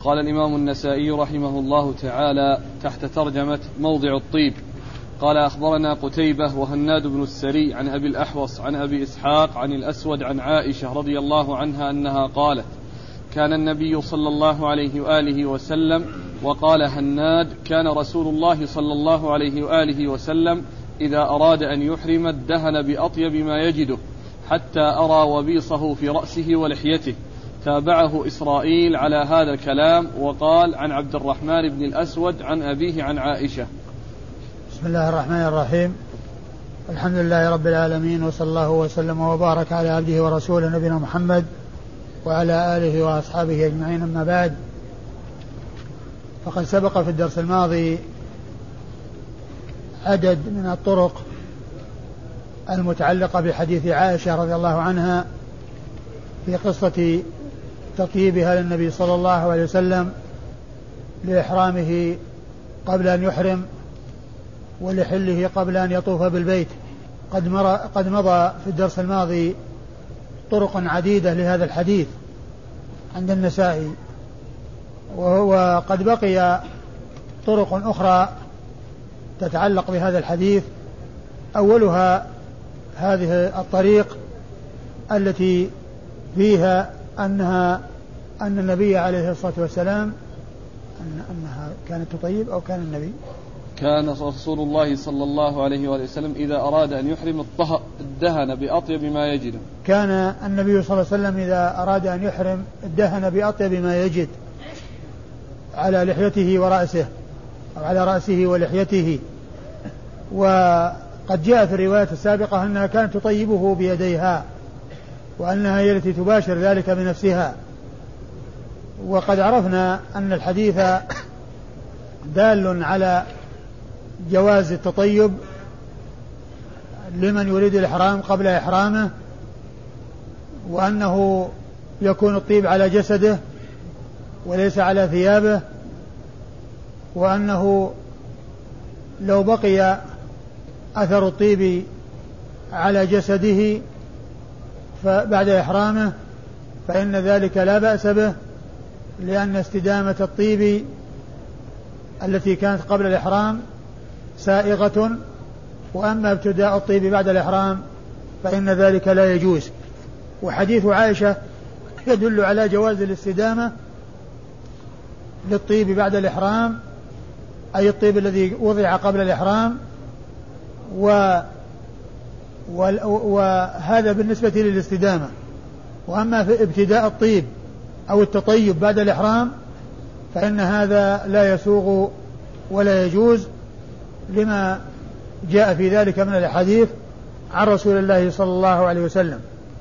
قال الإمام النسائي رحمه الله تعالى تحت ترجمة موضع الطيب: قال أخبرنا قتيبة وهناد بن السري عن أبي الأحوص عن أبي إسحاق عن الأسود عن عائشة رضي الله عنها أنها قالت: كان النبي صلى الله عليه وآله وسلم، وقال هناد: كان رسول الله صلى الله عليه وآله وسلم إذا أراد أن يحرم ادهن بأطيب ما يجده حتى أرى وبيصه في رأسه ولحيته. تابعه إسرائيل على هذا الكلام وقال: عن عبد الرحمن بن الأسود عن أبيه عن عائشة. بسم الله الرحمن الرحيم. الحمد لله رب العالمين، وصلى الله وسلم وبارك على عبده ورسوله نبينا محمد وعلى آله وأصحابه أجمعين. أما بعد، فقد سبق في الدرس الماضي عدد من الطرق المتعلقة بحديث عائشة رضي الله عنها في قصة تطيبها للنبي صلى الله عليه وسلم لإحرامه قبل أن يحرم ولحله قبل أن يطوف بالبيت. قد مضى في الدرس الماضي طرق عديدة لهذا الحديث عند النسائي، وقد بقي طرق أخرى تتعلق بهذا الحديث. أولها هذه الطريق التي فيها أن النبي عليه الصلاة والسلام أنها كانت تطيب، أو كان النبي كان رسول الله صلى الله عليه وسلم إذا أراد أن يحرم ادهن بأطيب ما يجد. كان النبي صلى الله عليه وسلم إذا أراد أن يحرم ادهن بأطيب ما يجد على لحيته ورأسه، أو على رأسه ولحيته. وقد جاء في الرواية السابقة أنها كانت تطيبه بيديها، وأنها هي التي تباشر ذلك بنفسها. وقد عرفنا أن الحديث دال على جواز التطيب لمن يريد الإحرام قبل إحرامه، وأنه يكون الطيب على جسده وليس على ثيابه، وأنه لو بقي أثر الطيب على جسده بعد إحرامه فإن ذلك لا بأس به، لأن استدامة الطيب التي كانت قبل الإحرام سائغة، وأما ابتداء الطيب بعد الإحرام فإن ذلك لا يجوز. وحديث عائشة يدل على جواز الاستدامة للطيب بعد الإحرام، أي الطيب الذي وضع قبل الإحرام، وهذا بالنسبة للاستدامة. وأما في ابتداء الطيب أو التطيب بعد الإحرام فإن هذا لا يسوغ ولا يجوز، لما جاء في ذلك من الحديث عن رسول الله صلى الله عليه وسلم.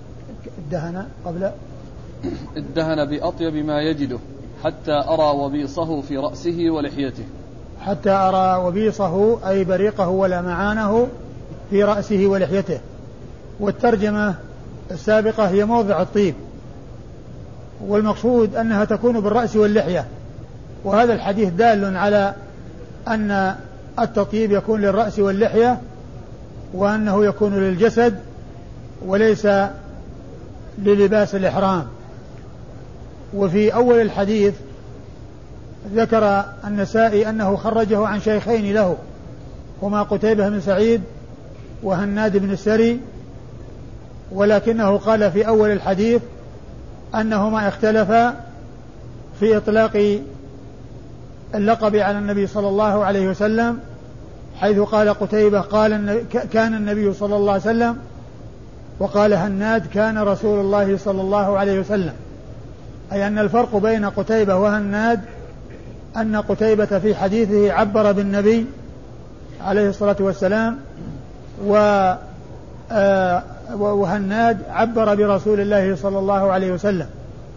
ادهن بأطيب ما يجده حتى أرى وبيصه في رأسه ولحيته. حتى أرى وبيصه أي بريقه ولمعانه في رأسه ولحيته. والترجمة السابقة هي موضع الطيب، والمقصود أنها تكون بالرأس واللحية. وهذا الحديث دال على أن التطيب يكون للرأس واللحية، وأنه يكون للجسد وليس للباس الإحرام. وفي أول الحديث ذكر النسائي أنه خرجه عن شيخين له، هما قتيبة بن سعيد وهناد بن السري، ولكنه قال في أول الحديث أنهما اختلفا في إطلاق اللقب على النبي صلى الله عليه وسلم، حيث قال قتيبة كان النبي صلى الله عليه وسلم، وقال هناد كان رسول الله صلى الله عليه وسلم. أي أن الفرق بين قتيبة وهناد أن قتيبة في حديثه عبر بالنبي عليه الصلاة والسلام، وهناد عبر برسول الله صلى الله عليه وسلم،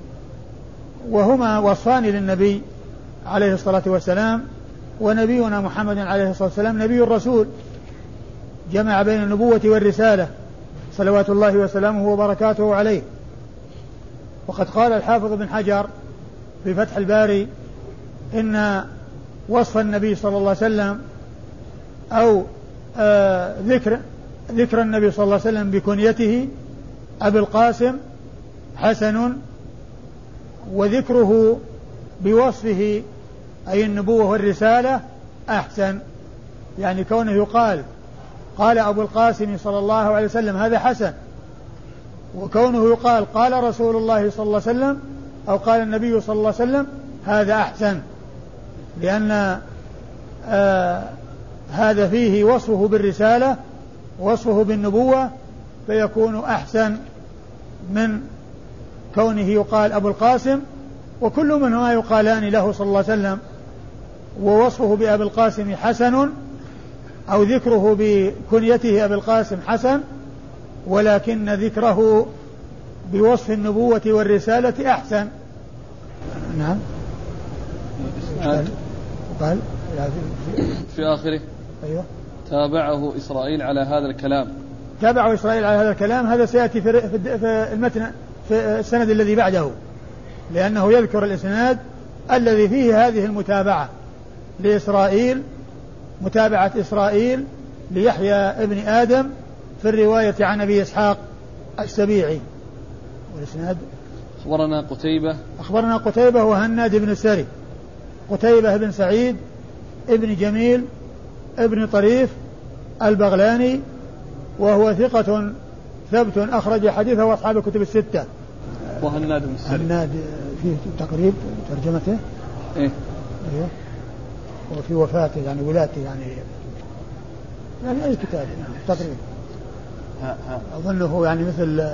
وهما وصفان للنبي عليه الصلاة والسلام. ونبينا محمد عليه الصلاة والسلام نبي الرسول، جمع بين النبوة والرسالة صلوات الله وسلامه وبركاته عليه. وقد قال الحافظ بن حجر في فتح الباري إن وصف النبي صلى الله عليه وسلم أو ذكر النبي صلى الله عليه وسلم بكنيته أبي القاسم حسن، وذكره بوصفه أي النبوة والرسالة أحسن. يعني كونه يقال قال أبو القاسم صلى الله عليه وسلم هذا حسن، وكونه يقال قال رسول الله صلى الله عليه وسلم أو قال النبي صلى الله عليه وسلم هذا أحسن، لأن هذا فيه وصفه بالرسالة ووصفه بالنبوة، فيكون أحسن من كونه يقال أبو القاسم، وكل منهما يقالان له صلى الله عليه وسلم، ووصفه بأبي القاسم حسن أو ذكره بكنيته أبي القاسم حسن، ولكن ذكره بوصف النبوة والرسالة أحسن. نعم. قال في آخره أيوة تابعه إسرائيل على هذا الكلام. تابعه إسرائيل على هذا الكلام، هذا سيأتي في المتن في السند الذي بعده، لأنه يذكر الإسناد الذي فيه هذه المتابعة لإسرائيل، متابعة إسرائيل ليحيى ابن آدم في الرواية عن أبي إسحاق السبيعي. والإسناد أخبرنا قتيبة وهناد بن السري، قتيبة بن سعيد ابن جميل ابن طريف البغلاني، وهو ثقة ثبت أخرج حديثه أصحاب الكتب الستة. وهناد بن السري هناد في تقريب ترجمته إيه؟ أيوه. وفي وفاته يعني ولاته يعني أي كتاب تقريبا أظنه يعني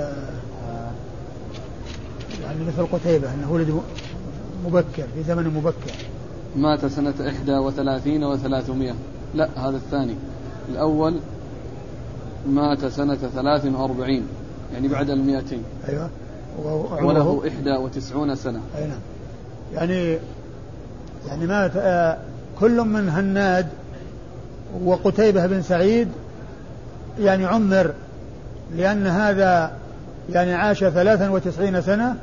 مثل قتيبة أنه ولد مبكر في زمن مبكر. مات سنة 31 و300. لا هذا الثاني، الأول مات سنة 43 يعني بعد 200. أيوة. وله 91 سنة. أي نعم. يعني مات كل من هناد وقتيبة بن سعيد يعني عمر، لأن هذا يعني عاش 93 سنة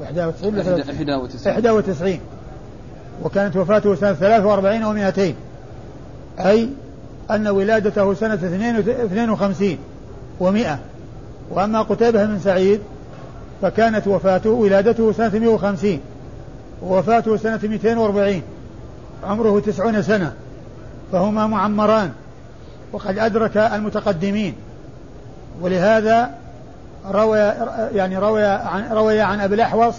91 وكانت وفاته سنة 43 و200، أي أن ولادته سنة 52 و100. وأما قتيبة بن سعيد فكانت ولادته سنة 150 ووفاته سنة 240، عمره 90 سنة، فهما معمران وقد أدرك المتقدمين. ولهذا روي عن أبي الأحوص،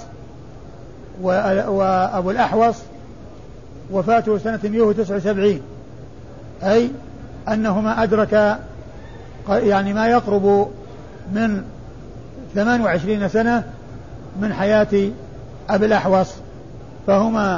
وأبو الأحوص وفاته سنة 179، أي أنهما أدرك يعني ما يقرب من 28 سنة من حياة أبي الأحوص، فهما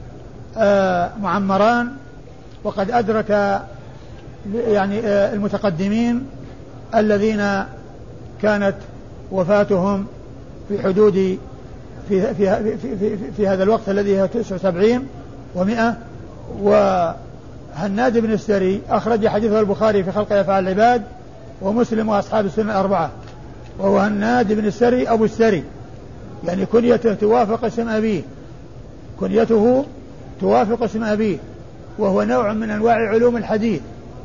معمران وقد أدرك يعني المتقدمين الذين كانت وفاتهم في حدود في هذا الوقت الذي هو 79 و100. وهناد بن السري أخرج حديثه البخاري في خلق أفعال العباد ومسلم وأصحاب السنة الأربعة، وهو هناد بن السري أبو السري، يعني كنيته توافق اسم أبيه، وهو نوع من أنواع علوم الحديث.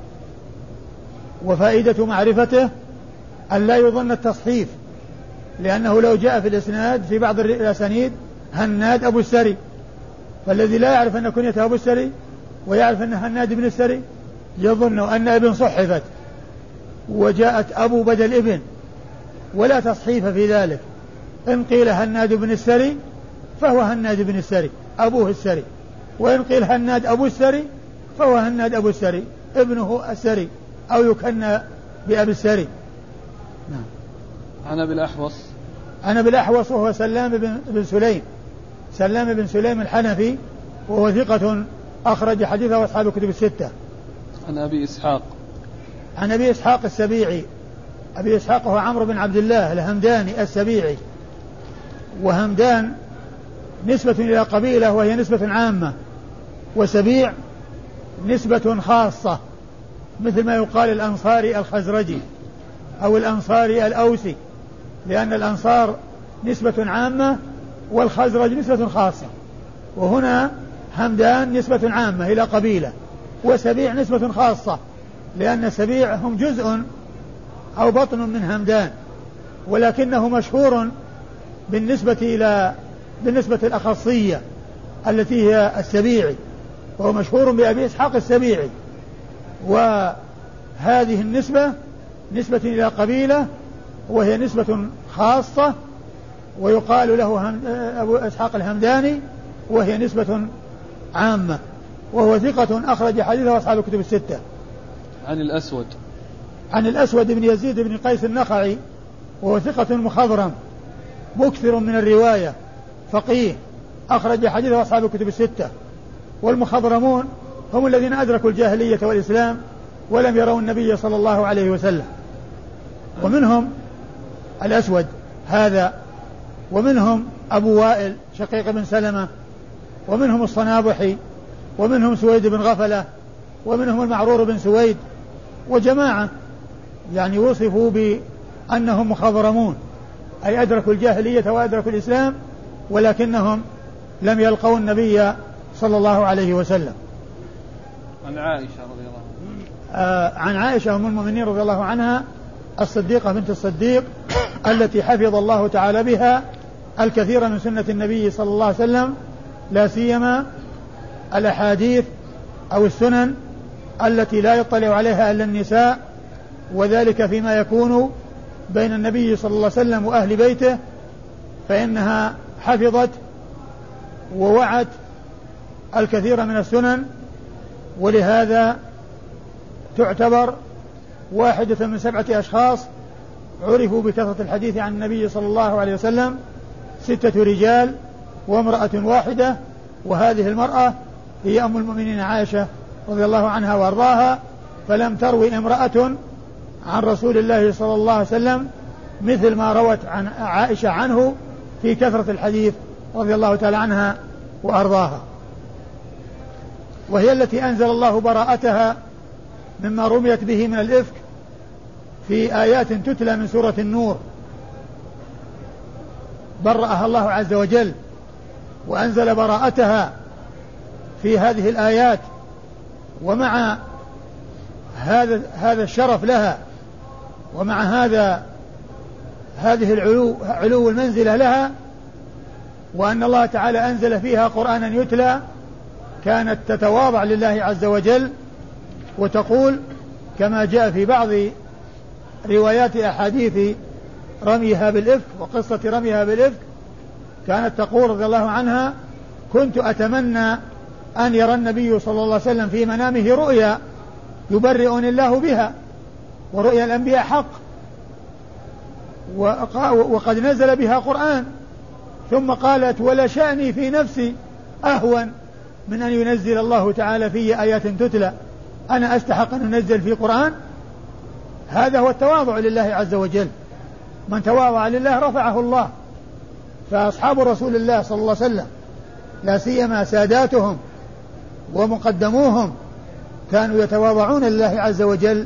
وفائدة معرفته أن لا يظن التصحيف، لأنه لو جاء في الإسناد في بعض الأسانيد هناد أبو السري، فالذي لا يعرف أن كنيته أبو السري ويعرف أن هناد بن السري يظن أن ابن صحفت وجاءت أبو بدل ابن، ولا تصحيف في ذلك. إن قيل هناد بن السري فهو هناد بن السري أبوه السري، وإن قيل هناد أبو السري فهو هناد أبو السري ابنه السري، أو يكنى بأبي السري. نعم. عن أبي الأحوص وهو سلام بن سليم الحنفي، وهو ثقة أخرج حديثه أصحاب الكتب الستة. عن أبي إسحاق السبيعي. أبي إسحاق هو عمرو بن عبد الله الهمداني السبيعي، وهمدان نسبة إلى قبيلة وهي نسبة عامة، وسبيع نسبة خاصة، مثل ما يقال الأنصاري الخزرجي أو الأنصاري الأوسي، لأن الأنصار نسبة عامة والخزرج نسبة خاصة. وهنا همدان نسبة عامة إلى قبيلة، وسبيع نسبة خاصة، لأن سبيع هم جزء أو بطن من همدان، ولكنه مشهور بالنسبة الأخصية، التي هي السبيعي، وهو مشهور بأبي إسحاق السبيعي. وهذه النسبة نسبة إلى قبيلة، وهي نسبة خاصة، ويقال له أبو إسحاق الهمداني، وهي نسبة عامة، وهو ثقة أخرج حديثه أصحاب الكتب الستة. عن الأسود بن يزيد بن قيس النخعي، وهو ثقة مخضرم مكثر من الرواية، فقيه أخرج حديثه أصحاب الكتب الستة. والمخضرمون هم الذين أدركوا الجاهلية والإسلام ولم يروا النبي صلى الله عليه وسلم، ومنهم الأسود هذا، ومنهم أبو وائل شقيق بن سلمة، ومنهم الصنابحي، ومنهم سويد بن غفلة، ومنهم المعرور بن سويد، وجماعة يعني وصفوا بأنهم مخضرمون، أي أدركوا الجاهلية وأدركوا الإسلام، ولكنهم لم يلقوا النبي صلى الله عليه وسلم. عن عائشة رضي الله عنها عن عائشة أم المؤمنين رضي الله عنها الصديقة بنت الصديق التي حفظ الله تعالى بها الكثير من سنة النبي صلى الله عليه وسلم، لا سيما الأحاديث أو السنن التي لا يطلع عليها إلا النساء، وذلك فيما يكون بين النبي صلى الله عليه وسلم وأهل بيته، فإنها حفظت ووعت الكثير من السنن، ولهذا تعتبر واحدة من 7 أشخاص عرفوا بكثرة الحديث عن النبي صلى الله عليه وسلم، 6 رجال وامرأة واحدة، وهذه المرأة هي أم المؤمنين عائشة رضي الله عنها وارضاها، فلم تروي امرأة عن رسول الله صلى الله عليه وسلم مثل ما روت عن عائشة عنه في كثرة الحديث رضي الله تعالى عنها وأرضاها، وهي التي أنزل الله براءتها مما رميت به من الإفك في آيات تتلى من سورة النور، برأها الله عز وجل وأنزل براءتها في هذه الآيات. ومع هذا الشرف لها، ومع هذه علو المنزلة لها، وأن الله تعالى أنزل فيها قرآنا يتلى، كانت تتواضع لله عز وجل وتقول كما جاء في بعض روايات أحاديث رميها بالإفك وقصة رميها بالإفك، كانت تقول رضي الله عنها: كنت أتمنى أن يرى النبي صلى الله عليه وسلم في منامه رؤيا يبرئني الله بها، ورؤيا الأنبياء حق، وقد نزل بها قرآن. ثم قالت: ولا شأني في نفسي أهون من أن ينزل الله تعالى في آيات تتلى، أنا أستحق أن أنزل في قرآن. هذا هو التواضع لله عز وجل، من تواضع لله رفعه الله. فأصحاب رسول الله صلى الله عليه وسلم لا سيما ساداتهم ومقدموهم كانوا يتواضعون لله عز وجل،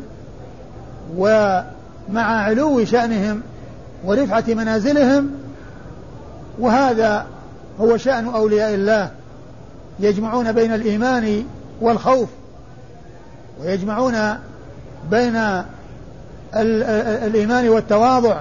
ومع علو شأنهم ورفعة منازلهم. وهذا هو شأن أولياء الله، يجمعون بين الإيمان والخوف، ويجمعون بين الإيمان والتواضع،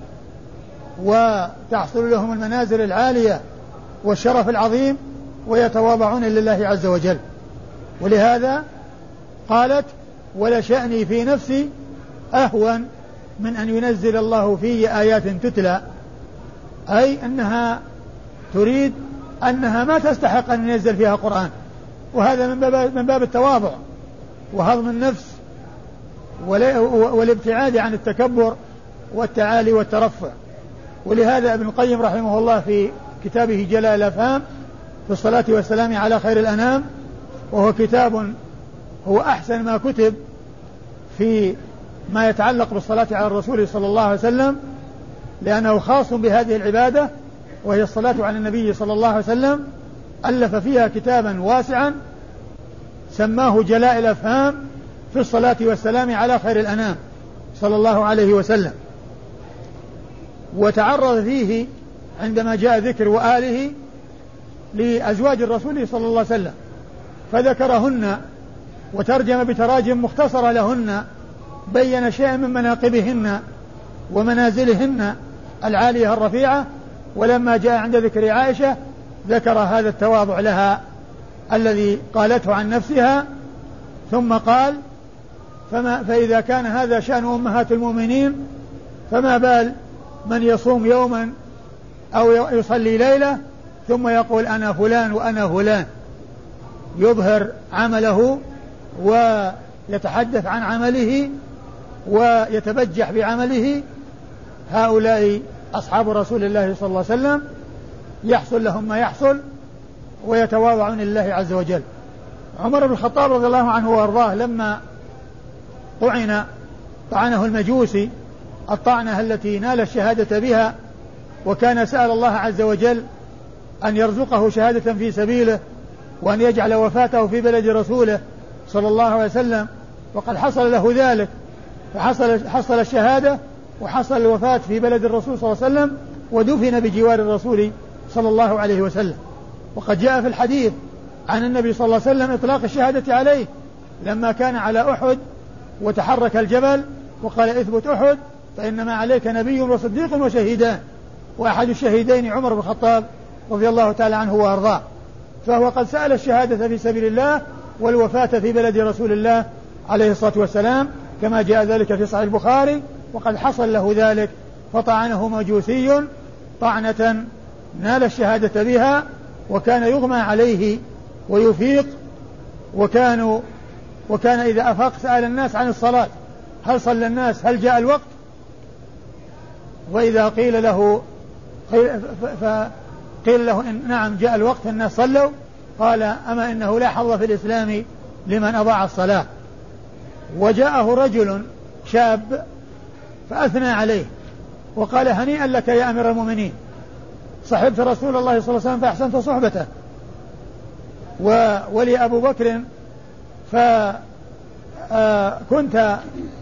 وتحصل لهم المنازل العالية والشرف العظيم، ويتواضعون لله عز وجل. ولهذا قالت: ولا شأني في نفسي أهون من أن ينزل الله في آيات تتلى، أي أنها تريد أنها ما تستحق أن ينزل فيها قرآن، وهذا من باب التواضع وهضم النفس والابتعاد عن التكبر والتعالي والترفع. ولهذا ابن القيم رحمه الله في كتابه جلاء الأفهام في الصلاة والسلام على خير الأنام، وهو كتاب هو أحسن ما كتب في ما يتعلق بالصلاة على الرسول صلى الله عليه وسلم، لأنه خاص بهذه العبادة وهي الصلاة على النبي صلى الله عليه وسلم. ألف فيها كتابا واسعا سماه جلاء الأفهام في الصلاة والسلام على خير الأنام صلى الله عليه وسلم، وتعرض فيه عندما جاء ذكر وآله لأزواج الرسول صلى الله عليه وسلم، فذكرهن وترجم بتراجم مختصرة لهن، بين شيئا من مناقبهن ومنازلهن العالية الرفيعة. ولما جاء عند ذكر عائشة ذكر هذا التواضع لها الذي قالته عن نفسها، ثم قال فإذا كان هذا شأن أمهات المؤمنين فما بال من يصوم يوما أو يصلي ليلة ثم يقول أنا فلان وأنا فلان، يظهر عمله ويتحدث عن عمله ويتبجح بعمله. هؤلاء أصحاب رسول الله صلى الله عليه وسلم يحصل لهم ما يحصل ويتواضعون لله عز وجل. عمر بن الخطاب رضي الله عنه وارضاه لما طعنه المجوسي الطعنة التي نال الشهادة بها، وكان سأل الله عز وجل أن يرزقه شهادة في سبيله وأن يجعل وفاته في بلد رسوله صلى الله عليه وسلم، وقد حصل له ذلك، فحصل الشهادة وحصل الوفاة في بلد الرسول صلى الله عليه وسلم ودفن بجوار الرسول صلى الله عليه وسلم. وقد جاء في الحديث عن النبي صلى الله عليه وسلم إطلاق الشهادة عليه لما كان على أحد وتحرك الجبل وقال اثبت أحد فإنما عليك نبي وصديق وشهيدان، وأحد الشهيدين عمر بن الخطاب رضي الله تعالى عنه وأرضاه، فهو قد سأل الشهادة في سبيل الله والوفاة في بلد رسول الله عليه الصلاة والسلام كما جاء ذلك في صحيح البخاري، وقد حصل له ذلك فطعنه مجوسي طعنة نال الشهادة بها، وكان يغمى عليه ويفيق، وكان إذا أفاق سأل الناس عن الصلاة، هل صلى الناس، هل جاء الوقت؟ وإذا قيل له إن نعم جاء الوقت الناس صلوا، قال أما إنه لا حظ في الإسلام لمن أضاع الصلاة. وجاءه رجل شاب فأثنى عليه وقال هنيئا لك يا أمير المؤمنين، صحبت رسول الله صلى الله عليه وسلم فأحسنت صحبته، ولي أبو بكر فكنت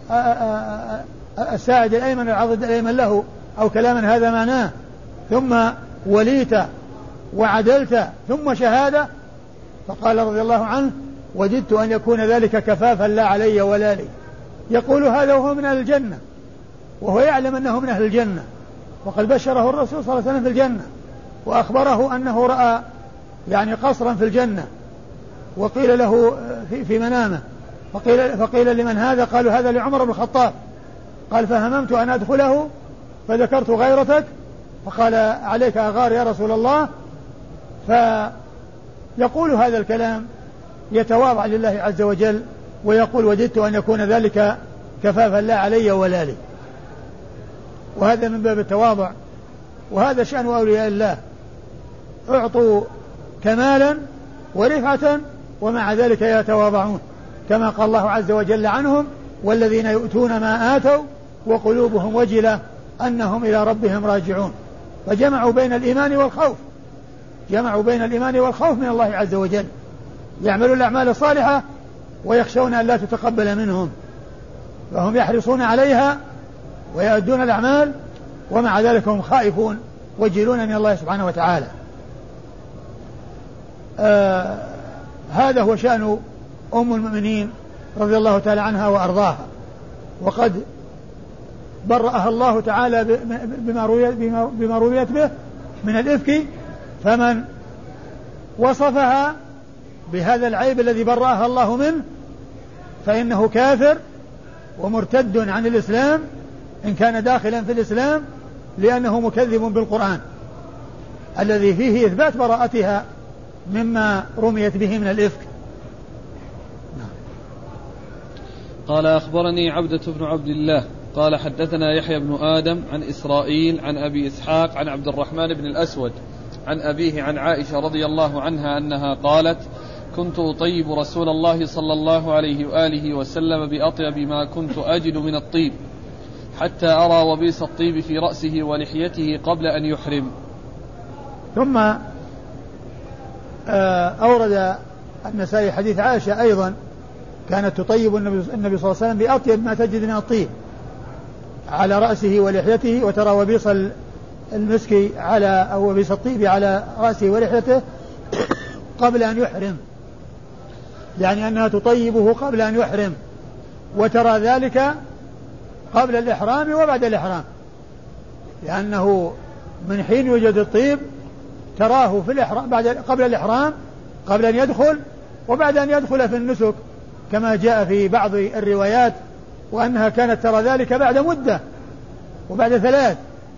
الساعد الأيمن والعضد الأيمن له أو كلاما هذا معناه، ثم وليت وعدلت ثم شهادة. فقال رضي الله عنه وجدت أن يكون ذلك كفافا لا علي ولا لي. يقول هذا وهو من أهل الجنة، وهو يعلم أنه من أهل الجنة، وقد بشره الرسول صلى الله عليه وسلم في الجنة وأخبره أنه رأى يعني قصرا في الجنة، وقيل له في منامه فقيل لمن هذا؟ قالوا هذا لعمر بن الخطاب. قال فهممت أن أدخله فذكرت غيرتك، فقال عليك أغار يا رسول الله. فيقول هذا الكلام يتواضع لله عز وجل ويقول وجدت أن يكون ذلك كفافا لا علي ولا لي، وهذا من باب التواضع، وهذا شأن أولياء الله، أعطوا كمالا ورفعة ومع ذلك يتواضعون، كما قال الله عز وجل عنهم والذين يؤتون ما آتوا وقلوبهم وجلة أنهم إلى ربهم راجعون. فجمعوا بين الإيمان والخوف، جمعوا بين الإيمان والخوف من الله عز وجل، يعملون الأعمال الصالحة ويخشون أن لا تتقبل منهم، فهم يحرصون عليها ويؤدون الأعمال ومع ذلك هم خائفون وجلون من الله سبحانه وتعالى. هذا هو شأن أم المؤمنين رضي الله تعالى عنها وأرضاها، وقد برأها الله تعالى بما رويت به من الإفك، فمن وصفها بهذا العيب الذي برأها الله منه فإنه كافر ومرتد عن الإسلام إن كان داخلا في الإسلام، لأنه مكذب بالقرآن الذي فيه إثبات براءتها مما رميت به من الإفك. قال أخبرني عبدة بن عبد الله قال حدثنا يحيى بن آدم عن إسرائيل عن أبي إسحاق عن عبد الرحمن بن الأسود عن أبيه عن عائشة رضي الله عنها أنها قالت كنت أطيب رسول الله صلى الله عليه وآله وسلم بأطيب ما كنت أجد من الطيب حتى أرى وبيس الطيب في رأسه ولحيته قبل أن يحرم. ثم أورد النسائي حديث عائشة أيضا كانت تطيب النبي صلى الله عليه وسلم بأطيب ما تجد من الطيب على رأسه ولحيته، وترى وبيص المسك على أو وبيص الطيب على رأسه ولحيته قبل أن يحرم، يعني أنها تطيبه قبل أن يحرم، وترى ذلك قبل الإحرام وبعد الإحرام، لأنه من حين يوجد الطيب تراه في الإحرام قبل الإحرام، قبل أن يدخل وبعد أن يدخل في النسك، كما جاء في بعض الروايات، وأنها كانت ترى ذلك بعد مدة وبعد 3.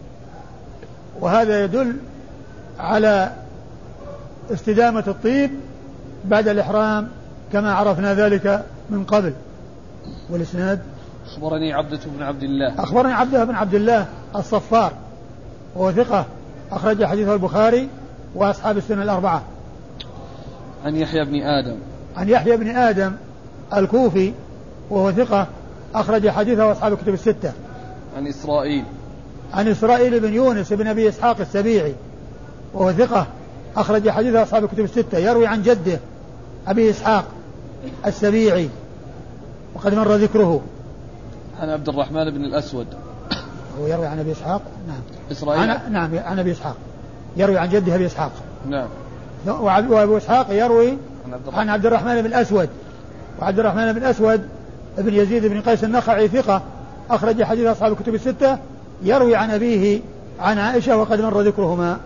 وهذا يدل على استدامة الطيب بعد الإحرام كما عرفنا ذلك من قبل. والإسناد: أخبرني عبدة بن عبد الله. أخبرني عبدة بن عبد الله الصفار وهو ثقة أخرج حديثه البخاري وأصحاب السنة 4. عن يحيى بن آدم. عن يحيى بن آدم الكوفي وهو ثقة أخرج حديثه أصحاب الكتب 6. عن إسرائيل. عن إسرائيل بن يونس بن أبي إسحاق السبيعي وهو ثقة أخرج حديثه أصحاب الكتب 6. يروي عن جده أبي إسحاق السبيعي وقد مر ذكره. عن عبد الرحمن بن الأسود. هو يروي عن أبي إسحاق. نعم. إسرائيل. نعم عن أبي إسحاق، يروي عن جده أبي إسحاق. نعم. وأبو إسحاق يروي عن عبد الرحمن بن الأسود، وعبد الرحمن بن الأسود ابن يزيد بن قيس النخعي ثقة أخرج حديث أصحاب الكتب 6. يروي عن أبيه عن عائشة وقد مر ذكرهما.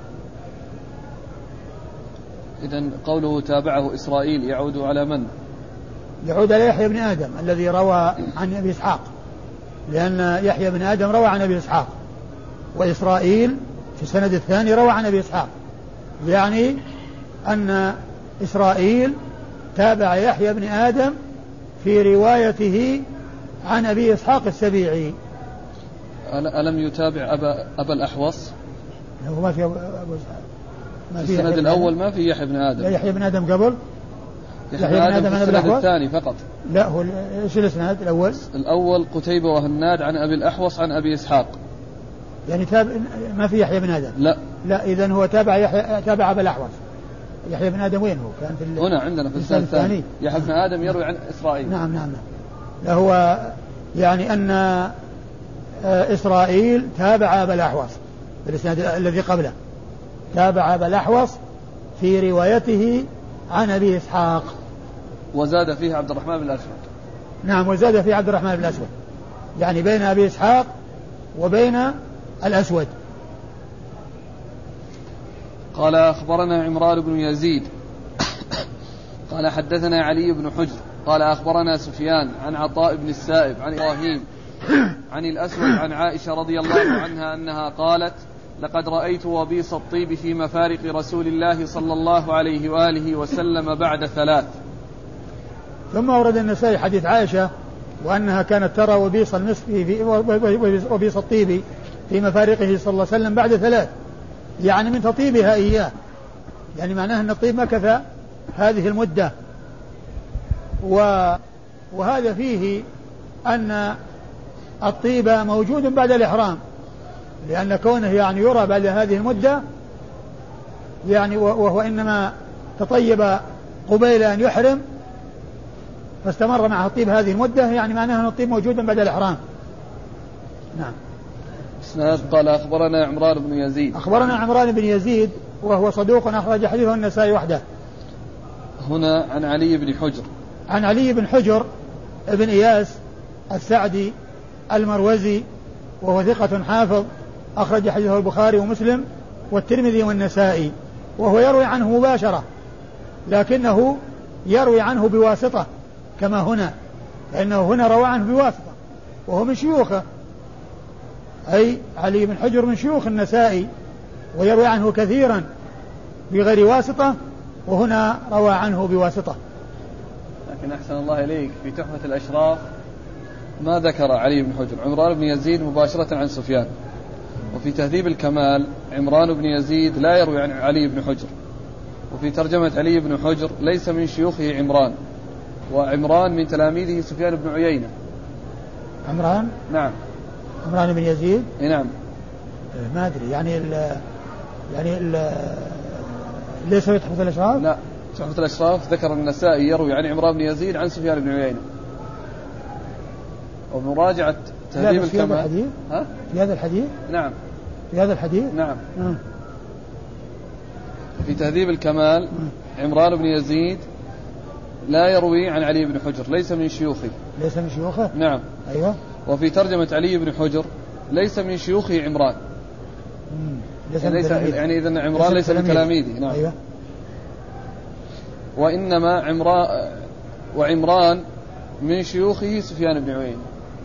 إذن قوله تابعه إسرائيل يعود على من؟ يعود على يحيى بن آدم الذي روى عن أبي إسحاق، لأن يحيى بن آدم روى عن أبي إسحاق، وإسرائيل في السند الثاني روى عن أبي إسحاق، يعني أن إسرائيل تابع يحيى بن آدم في روايته عن أبي إسحاق السبيعي. ألم يتابع أبا الأحوص؟ هو ما في أبو إسحاق. في السند الأول ما في يحيى بن آدم. لا، يحيى بن آدم قبل. يحيى بن آدم في السند الثاني فقط. لا، هو إيش الإسناد الأول؟ الأول قتيبة وهناد عن أبي الأحوص عن أبي إسحاق. يعني ما في يحيى بن آدم. لا إذن هو تابع أبا الأحوص. يحيى بن آدم وين هو؟ كان في هنا عندنا في السند الثاني. يحيى بن آدم يروي عن إسرائيل. نعم. هو يعني أن إسرائيل تابع أبا الأحوص في الإسناد الذي قبله، تابع أبا الأحوص في روايته عن أبي إسحاق، وزاد فيه عبد الرحمن بن الأسود. نعم، وزاد فيه عبد الرحمن بن الأسود، يعني بين أبي إسحاق وبين الأسود. قال أخبرنا عمران بن يزيد قال حدثنا علي بن حجر قال أخبرنا سفيان عن عطاء بن السائب عن إبراهيم عن الأسود عن عائشة رضي الله عنها أنها قالت: لقد رأيت وبيص الطيب في مفارق رسول الله صلى الله عليه وآله وسلم بعد 3. ثم ورد النسائي حديث عائشة وأنها كانت ترى وبيص المسك وبيص الطيب في مفارقه صلى الله عليه وسلم بعد 3، يعني من تطيبها إياه، يعني معناه أن الطيب مكث هذه المدة. وهذا فيه أن الطيب موجود بعد الإحرام، لأن كونه يعني يرى بعد هذه المدة، يعني وهو إنما تطيب قبيل أن يحرم فاستمر معه الطيب هذه المدة، يعني معناه أن الطيب موجود بعد الإحرام. نعم. اسناد. قال أخبرنا عمران بن يزيد. أخبرنا عمران بن يزيد وهو صدوق أخرج حديثه النسائي وحده. هنا عن علي بن حجر. عن علي بن حجر ابن إياس السعدي المروزي وهو ثقة حافظ أخرج حديثه البخاري ومسلم والترمذي والنسائي، وهو يروي عنه مباشرة، لكنه يروي عنه بواسطة كما هنا، لأنه هنا روى عنه بواسطة وهو من شيوخه، أي علي بن حجر من شيوخ النسائي ويروي عنه كثيرا بغير واسطة، وهنا روى عنه بواسطة. لكن أحسن الله إليك في تحفة الأشراف ما ذكر علي بن حجر عمران بن يزيد مباشرة عن سفيان، وفي تهذيب الكمال عمران بن يزيد لا يروي عن علي بن حجر، وفي ترجمة علي بن حجر ليس من شيوخه عمران، وعمران من تلاميذه سفيان بن عيينة. عمران؟ نعم. عمران بن يزيد؟ نعم. ما أدري، يعني ليس في تحفة الأشراف؟ لا، تحفة الأشراف ذكر النسائي يروي عن عمران بن يزيد عن سفيان بن عيينة. وبمراجعة تهذيب الكمال في هذا الحديث؟ نعم. في هذا الحديث؟ نعم. في تهذيب الكمال عمران بن يزيد لا يروي عن علي بن حجر، ليس من شيوخه. ليس من شيوخه؟ نعم. أيوة. وفي ترجمة علي بن حجر ليس من شيوخه عمران. يعني إذن عمران ليس من تلاميذه. نعم. أيوة. وإنما وعمران من شيوخه سفيان بن عيينة.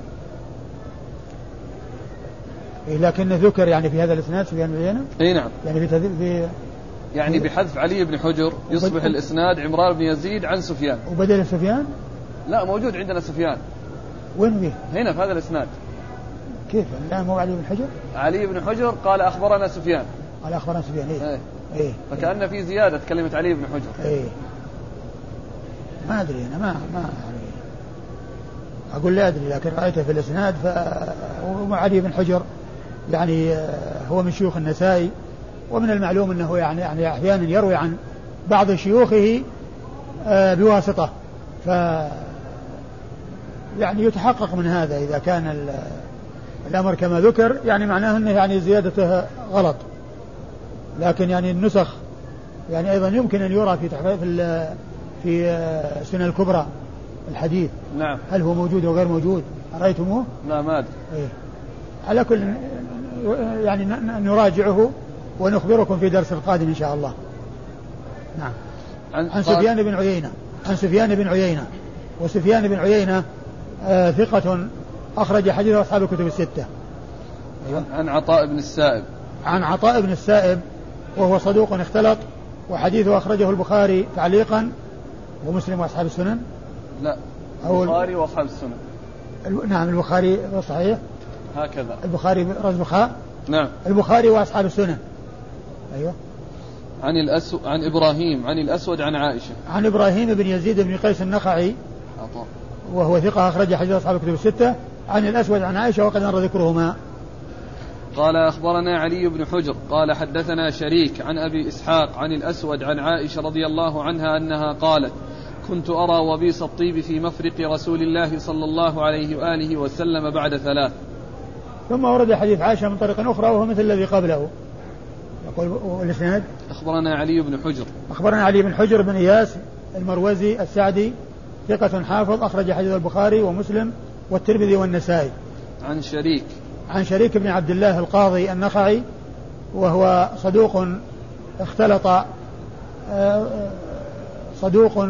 لكن ذكر يعني في هذا الإسناد سفيان بن عيينة. أي نعم. يعني بحذف علي بن حجر يصبح الإسناد عمران بن يزيد عن سفيان. وبدل سفيان؟ لا، موجود عندنا سفيان. وين به؟ هنا في هذا الإسناد. كيف؟ لا، مو علي بن حجر. علي بن حجر قال أخبرنا سفيان. قال أخبرنا سفيان. إيه. إيه. فكأن في زيادة كلمة علي بن حجر. إيه. ما أدري أنا ما أقول لا أدري، لكن رأيته في الإسناد. وعلي بن حجر يعني هو من شيوخ النسائي، ومن المعلوم أنه يعني أحيانا يروي عن بعض شيوخه بواسطة، يعني يتحقق من هذا إذا كان الأمر كما ذكر، يعني معناه أنه يعني زيادته غلط. لكن يعني النسخ يعني أيضا يمكن أن يرى في سنن الكبرى الحديث. نعم. هل هو موجود أو غير موجود؟ رأيتموه؟ لا، ما أدري. إيه. على كل يعني نراجعه ونخبركم في درس القادم إن شاء الله. نعم. عن سفيان بن عيينة. وسفيان بن عيينة ثقة أخرج حديث أصحاب الكتب الستة. أيوة. عن عطاء بن السائب وهو صدوق اختلط، وحديثه أخرجه البخاري تعليقا ومسلم وأصحاب السنن. لا، البخاري وأصحاب السنن. نعم، البخاري صحيح هكذا. البخاري رزخاء. نعم. البخاري وأصحاب السنن. أيوة. عن إبراهيم عن الأسود عن عائشة. عن إبراهيم بن يزيد بن قيس النخعي وهو ثقة أخرج حديث أصحاب الكتب الستة. عن الأسود عن عائشة وقد مر ذكرهما. قال أخبرنا علي بن حجر قال حدثنا شريك عن أبي إسحاق عن الأسود عن عائشة رضي الله عنها أنها قالت: كنت أرى وبيص الطيب في مفرق رسول الله صلى الله عليه وآله وسلم بعد 3. ثم ورد حديث عائشة من طريق أخرى وهو مثل الذي قبله. يقول الإسناد: أخبرنا علي بن حجر بن إياس المروزي السعدي ثقة حافظ أخرج حديث البخاري ومسلم والترمذي والنسائي. عن شريك بن عبد الله القاضي النخعي وهو صدوق اختلط صدوق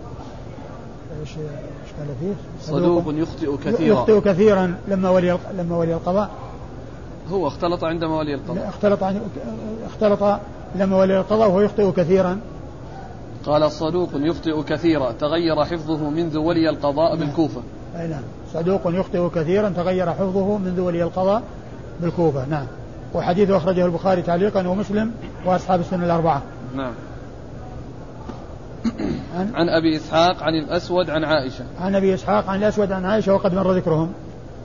يخطئ كثيرا لما ولي القضاء. هو اختلط عندما ولي القضاء. اختلط لما ولي القضاء وهو يخطئ كثيرا. قال: صدوق يخطئ كثيرا تغير حفظه منذ ولي القضاء بالكوفة. أي نعم، صدوق يخطئ كثيرا تغير حفظه منذ ولي القضاء بالكوفة. نعم. وحديثه أخرجه البخاري تعليقا ومسلم وأصحاب السنن الأربعة. نعم. عن أبي إسحاق عن الأسود عن عائشة. عن أبي إسحاق عن الأسود عن عائشة وقد مر ذكرهم.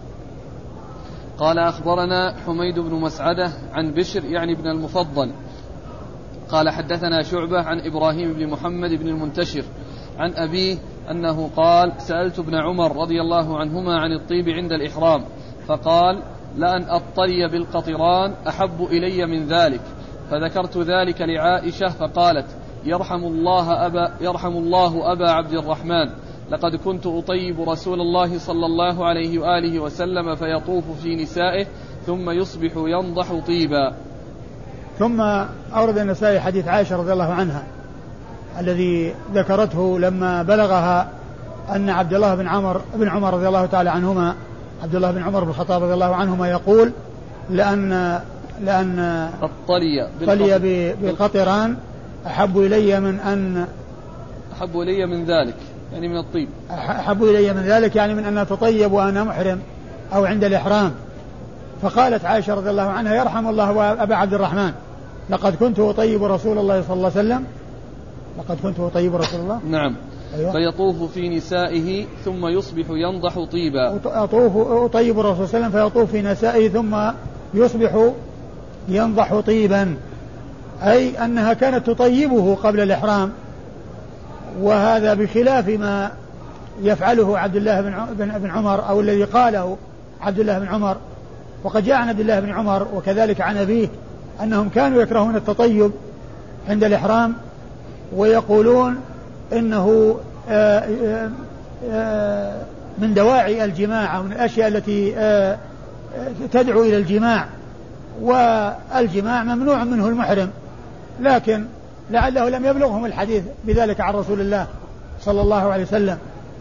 قال: أخبرنا حميد بن مسعدة عن بشر يعني بن المفضل قال: حدثنا شعبة عن إبراهيم بن محمد بن المنتشر عن أبيه أنه قال: سألت ابن عمر رضي الله عنهما عن الطيب عند الإحرام فقال: لأن أطلي بالقطران أحب إلي من ذلك. فذكرت ذلك لعائشة فقالت: يرحم الله أبا عبد الرحمن، لقد كنت أطيب رسول الله صلى الله عليه وآله وسلم فيطوف في نسائه ثم يصبح ينضح طيبا. ثم أورد النسائي حديث عائشة رضي الله عنها الذي ذكرته لما بلغها أن عبد الله بن عمر رضي الله تعالى عنهما، عبد الله بن عمر بن الخطاب رضي الله عنهما يقول: لأن طلي بقطران أحب إلي من ذلك، يعني من الطيب، أحب إلي من ذلك يعني من أن أتطيب وأنا محرم أو عند الإحرام. فقالت عائشة رضي الله عنها: يرحم الله أبا عبد الرحمن، لقد كنت أطيب رسول الله صلى الله عليه وسلم. لقد كنت أطيب رسول الله. نعم. أيوة. فيطوف في نسائه ثم يصبح ينضح طيبا. أطيب الرسول صلى الله عليه وسلم فيطوف في نسائه ثم يصبح ينضح طيبا، أي أنها كانت تطيبه قبل الإحرام، وهذا بخلاف ما يفعله عبد الله بن عمر أو الذي قاله عبد الله بن عمر. وقد جاء عن عبد الله بن عمر وكذلك عن أبيه أنهم كانوا يكرهون التطيب عند الإحرام، ويقولون إنه من دواعي الجماع ومن الأشياء التي تدعو إلى الجماع، والجماع ممنوع منه المحرم، لكن لعله لم يبلغهم الحديث بذلك عن رسول الله صلى الله عليه وسلم.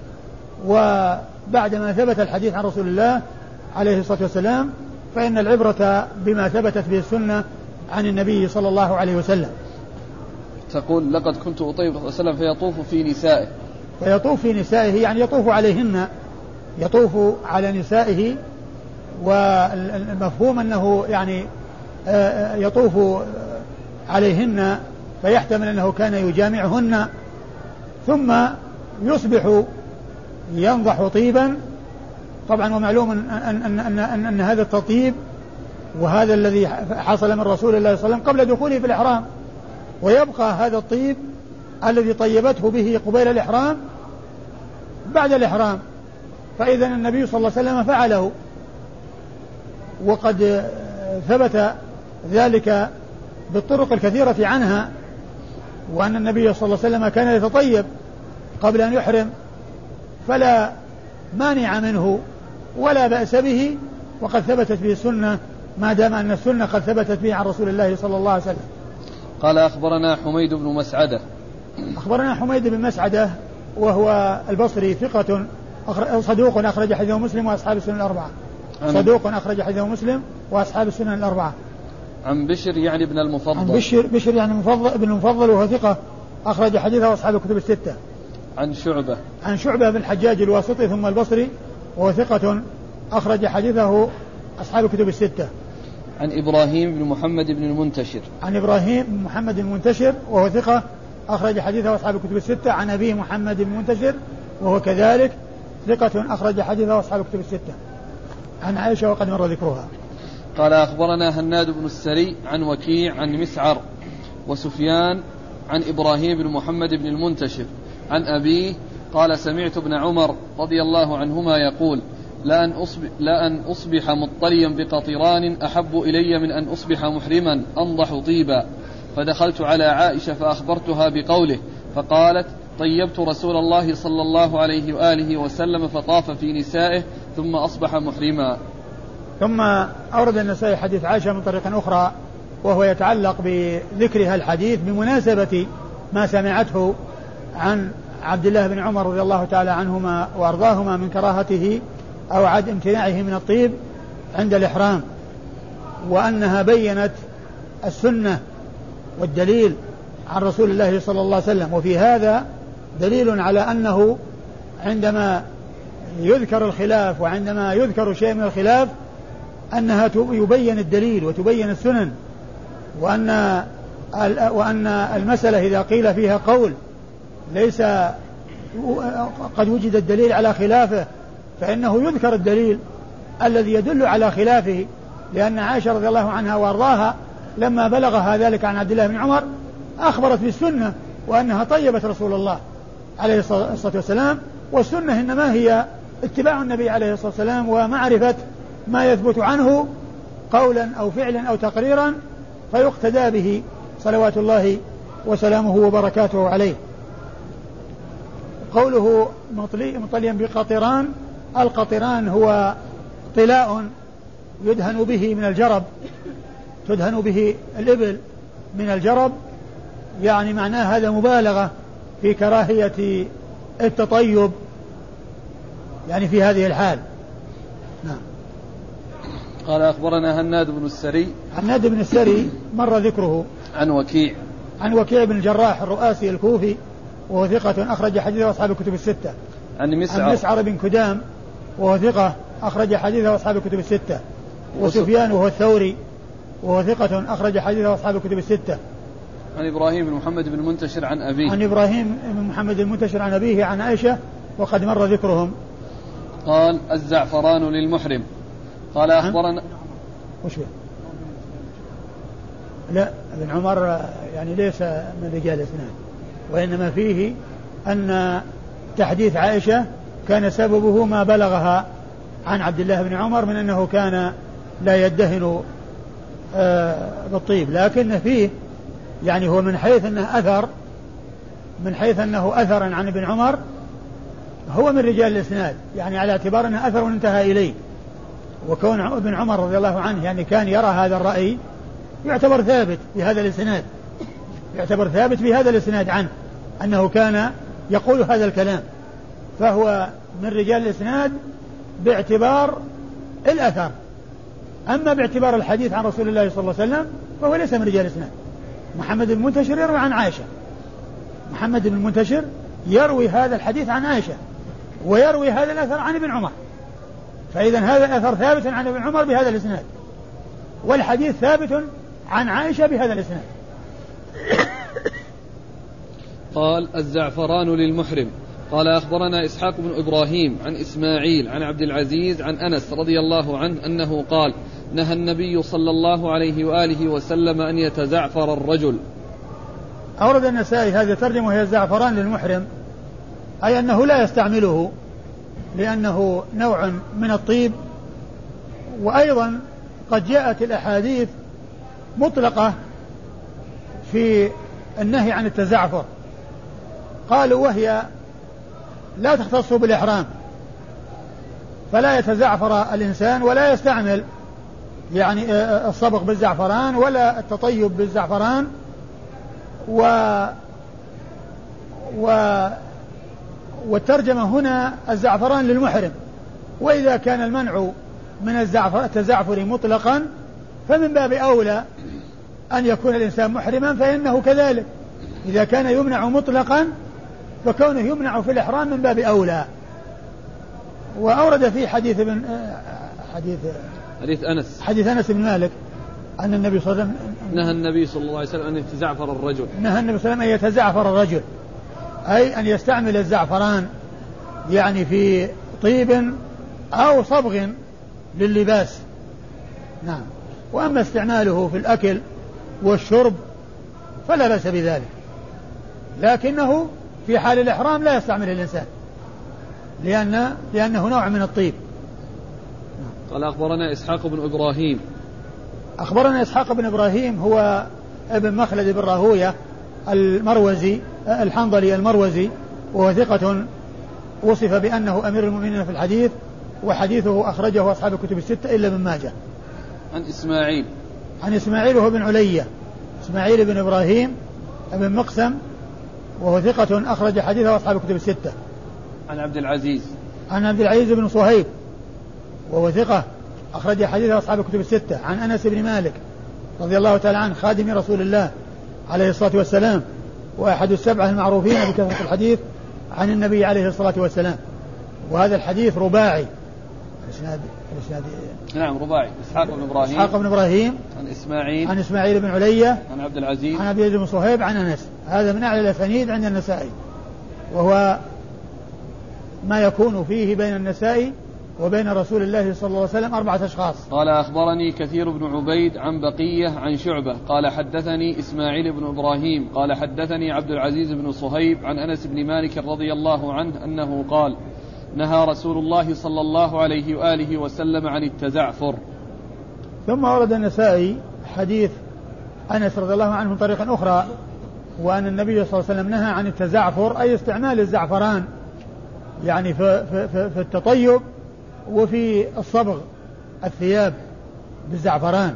وبعدما ثبت الحديث عن رسول الله عليه الصلاة والسلام فإن العبرة بما ثبتت به السنة عن النبي صلى الله عليه وسلم. تقول لقد كنت أطيب صلى الله عليه وسلم فيطوف في نسائه يعني يطوف عليهن، يطوف على نسائه، والمفهوم أنه يعني يطوف عليهن فيحتمل أنه كان يجامعهن، ثم يصبح ينضح طيبا. طبعا ومعلوم أن هذا التطيب وهذا الذي حصل من رسول الله صلى الله عليه وسلم قبل دخوله في الإحرام، ويبقى هذا الطيب الذي طيبته به قبيل الإحرام بعد الإحرام. فإذا النبي صلى الله عليه وسلم فعله، وقد ثبت ذلك بالطرق الكثيرة عنها، وأن النبي صلى الله عليه وسلم كان يتطيب قبل أن يحرم، فلا مانع منه ولا بأس به، وقد ثبتت به السنة ما دام أن السنة قد ثبتت به عن رسول الله صلى الله عليه وسلم. قال أخبرنا حميد بن مسعدة. أخبرنا حميد بن مسعدة وهو البصري ثقة صدوق أخرج حديثه مسلم وأصحاب السنن الأربعة. صدوق أخرج حديثه مسلم وأصحاب السنن الأربعة. عن بشر يعني ابن المفضل. عن بشر يعني ابن المفضل وهو ثقة أخرج حديثه أصحاب الكتب الستة. عن شعبة بن الحجاج الواسطي ثم البصري وهو ثقة أخرج حديثه أصحاب الكتب الستة. عن إبراهيم بن محمد بن المنتشر. عن إبراهيم بن محمد بن المنتشر وهو ثقة أخرج حديثه أصحاب الكتب الستة. عن أبيه محمد بن المنتشر وهو كذلك ثقة أخرج حديثه أصحاب الكتب الستة. عن عائشة وقد مر ذكرها. قال أخبرنا هناد بن السري عن وكيع عن مسعر وسفيان عن إبراهيم بن محمد بن المنتشر عن أبيه قال سمعت ابن عمر رضي الله عنهما يقول لأن أصبح مطليا بقطران أحب إلي من أن أصبح محرما أنضح طيبا. فدخلت على عائشة فأخبرتها بقوله فقالت طيبت رسول الله صلى الله عليه وآله وسلم فطاف في نسائه ثم أصبح محرما. ثم أورد النسائي حديث عائشة من طريق أخرى وهو يتعلق بذكرها الحديث بمناسبة ما سمعته عن عبد الله بن عمر رضي الله تعالى عنهما وأرضاهما من كراهته أو عدم امتناعه من الطيب عند الإحرام، وأنها بينت السنة والدليل عن رسول الله صلى الله عليه وسلم. وفي هذا دليل على أنه عندما يذكر الخلاف وعندما يذكر شيء من الخلاف أنها يبين الدليل وتبين السنن، وأن المسألة إذا قيل فيها قول ليس قد وجد الدليل على خلافه فإنه يذكر الدليل الذي يدل على خلافه، لأن عائشة رضي الله عنها وارضاها لما بلغها ذلك عن عبد الله بن عمر أخبرت بالسنة وأنها طيبت رسول الله عليه الصلاة والسلام، والسنة إنما هي اتباع النبي عليه الصلاة والسلام ومعرفة ما يثبت عنه قولا أو فعلا أو تقريرا فيقتدى به صلوات الله وسلامه وبركاته عليه. قوله مطليا بقطران، القطران هو طلاء يدهن به من الجرب، تدهن به الإبل من الجرب، يعني معناه هذا مبالغة في كراهية التطيب يعني في هذه الحال. نعم. قال أخبرنا هناد بن السري. هناد بن السري مر ذكره. عن وكيع بن الجراح الرؤاسي الكوفي وهو ثقة أخرج حديثه أصحاب الكتب الستة. عن مسعر بن كدام وهو ثقة أخرج حديثه أصحاب الكتب الستة. وسفيان وهو الثوري وهو ثقة أخرج حديثه أصحاب الكتب الستة. عن إبراهيم بن محمد بن المنتشر عن أبيه. عن إبراهيم بن محمد المنتشر عن أبيه عن عائشة وقد مر ذكرهم. قال الزعفران للمحرم. قال أخبرنا وش لا ابن عمر يعني ليس من رجال اثنان، وإنما فيه أن تحديث عائشة كان سببه ما بلغها عن عبد الله بن عمر من أنه كان لا يدهن بالطيب، لكن فيه يعني هو من حيث أنه أثر عن ابن عمر هو من رجال الإسناد، يعني على اعتبار أنه أثر انتهى إليه، وكون ابن عمر رضي الله عنه يعني كان يرى هذا الرأي يعتبر ثابت بهذا الإسناد، يعتبر ثابت بهذا الإسناد عنه أنه كان يقول هذا الكلام، فهو من رجال الإسناد باعتبار الأثر. أما باعتبار الحديث عن رسول الله صلى الله عليه وسلم فهو ليس من رجال الإسناد. محمد بن المنتشر يروي عن عائشة، محمد بن المنتشر يروي هذا الحديث عن عائشة ويروي هذا الأثر عن ابن عمر، فإذا هذا الأثر ثابت عن ابن عمر بهذا الإسناد، والحديث ثابت عن عائشة بهذا الإسناد. قال الزعفران للمحرم. قال أخبرنا إسحاق بن إبراهيم عن إسماعيل عن عبد العزيز عن أنس رضي الله عنه أنه قال نهى النبي صلى الله عليه وآله وسلم أن يتزعفر الرجل. أورد النسائي هذه الترجمة وهي الزعفران للمحرم، أي أنه لا يستعمله لأنه نوع من الطيب. وأيضا قد جاءت الأحاديث مطلقة في النهي عن التزعفر، قالوا وهي لا تختص بالإحرام، فلا يتزعفر الإنسان ولا يستعمل يعني الصبغ بالزعفران ولا التطيب بالزعفران والترجمة هنا الزعفران للمحرم. وإذا كان المنع من التزعفر مطلقا فمن باب أولى أن يكون الإنسان محرما، فإنه كذلك إذا كان يمنع مطلقا فكونه يمنع في الإحرام من باب أولى. وأورد في حديث أنس بن مالك أن النبي صلى الله عليه وسلم نهى النبي صلى الله عليه وسلم أن يتزعفر الرجل، نهى النبي صلى الله عليه وسلم أن يتزعفر الرجل، أي أن يستعمل الزعفران يعني في طيب أو صبغ لللباس. نعم. وأما استعماله في الأكل والشرب فلا بأس بذلك، لكنه في حال الإحرام لا يستعمل الإنسان لأنه نوع من الطيب. قال أخبرنا إسحاق بن إبراهيم. أخبرنا إسحاق بن إبراهيم هو ابن مخلد بن راهوية المروزي الحنظلي المروزي، وهو ثقة وصف بأنه أمير المؤمنين في الحديث، وحديثه أخرجه أصحاب الكتب الستة إلا ابن ماجه. عن إسماعيل وهو بن علية، إسماعيل بن إبراهيم ابن مقسم، وهو ثقة أخرج حديثه أصحاب الكتب الستة. عن عبد العزيز بن صهيب، وهو ثقة أخرج حديثه أصحاب الكتب الستة. عن أنس بن مالك رضي الله تعالى عنه خادم رسول الله عليه الصلاة والسلام، وأحد السبعة المعروفين بكثرة الحديث عن النبي عليه الصلاة والسلام. وهذا الحديث رباعي الإسناد نعم رباعي. إسحاق بن إبراهيم عن إسماعيل بن علية عن عبد العزيز بن صهيب عن أنس. هذا من أعلى الأسانيد عند النسائي، وهو ما يكون فيه بين النسائي وبين رسول الله صلى الله عليه وسلم 4 أشخاص. قال أخبرني كثير بن عبيد عن بقية عن شعبة قال حدثني إسماعيل بن إبراهيم قال حدثني عبد العزيز بن صهيب عن أنس بن مالك رضي الله عنه أنه قال نهى رسول الله صلى الله عليه وآله وسلم عن التزعفر. ثم ورد النسائي حديث أنس رضي الله عنه من طريق أخرى، وأن النبي صلى الله عليه وسلم نهى عن التزعفر، أي استعمال الزعفران يعني في التطيب وفي الصبغ الثياب بالزعفران.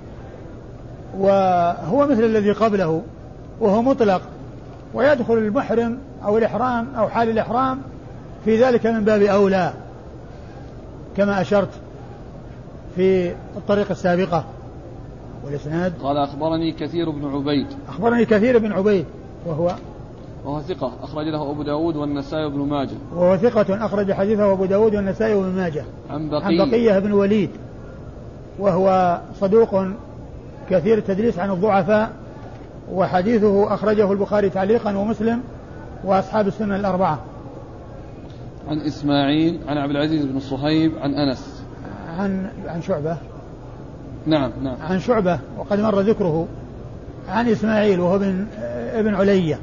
وهو مثل الذي قبله وهو مطلق، ويدخل المحرم أو الإحرام أو حال الإحرام في ذلك من باب أولى كما أشرت في الطريقة السابقة. والإسناد قال أخبرني كثير بن عبيد وهو ثقة أخرج له أبو داود والنسائي وابن ماجه. وهو ثقة أخرج حديثه أبو داود والنسائي وابن ماجه. عن بقية بن وليد، وهو صدوق كثير التدليس عن الضعفاء، وحديثه أخرجه البخاري تعليقا ومسلم وأصحاب السنة الأربعة. عن إسماعيل عن عبد العزيز بن صهيب عن أنس عن شعبة. نعم عن شعبة وقد مر ذكره. عن إسماعيل وهو ابن علية،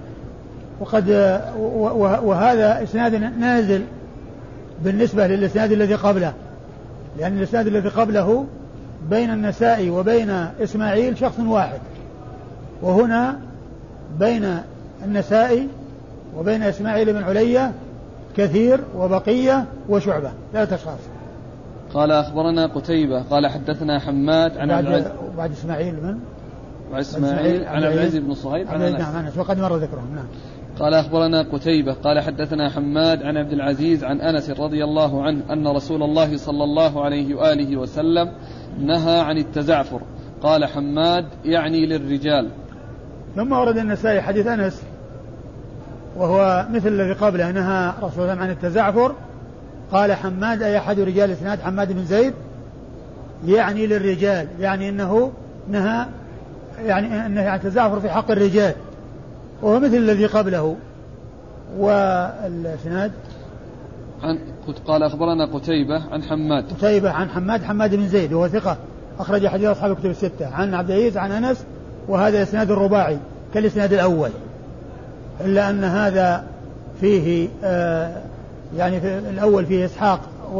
وهذا إسناد نازل بالنسبة للإسناد الذي قبله، لأن الإسناد الذي قبله بين النسائي وبين إسماعيل شخص واحد، وهنا بين النسائي وبين إسماعيل بن علية كثير وبقية وشعبة 3 أشخاص. قال أخبرنا قتيبة قال حدثنا حماد عن بعد إسماعيل من؟ بعد إسماعيل عن عبد العزيز بن صهيب عن أنس وقد مر ذكرهم. نعم. قال أخبرنا قتيبة قال حدثنا حماد عن عبد العزيز عن أنس رضي الله عنه أن رسول الله صلى الله عليه وآله وسلم نهى عن التزعفر. قال حماد يعني للرجال. ثم ورد النسائي حديث أنس وهو مثل الذي قبله، نهى رسول الله عن التزعفر. قال حماد أي أحد رجال الإسناد حماد بن زيد يعني للرجال، يعني أنه نهى يعني أنه التزعفر في حق الرجال، وهو مثل الذي قبله. والإسناد قال أخبرنا قتيبة عن حماد بن زيد وهو ثقة أخرج حديث أصحاب الكتب الستة، عن عبد العزيز عن أنس، وهذا إسناد الرباعي كالإسناد الأول، إلا أن هذا فيه يعني في الأول فيه إسحاق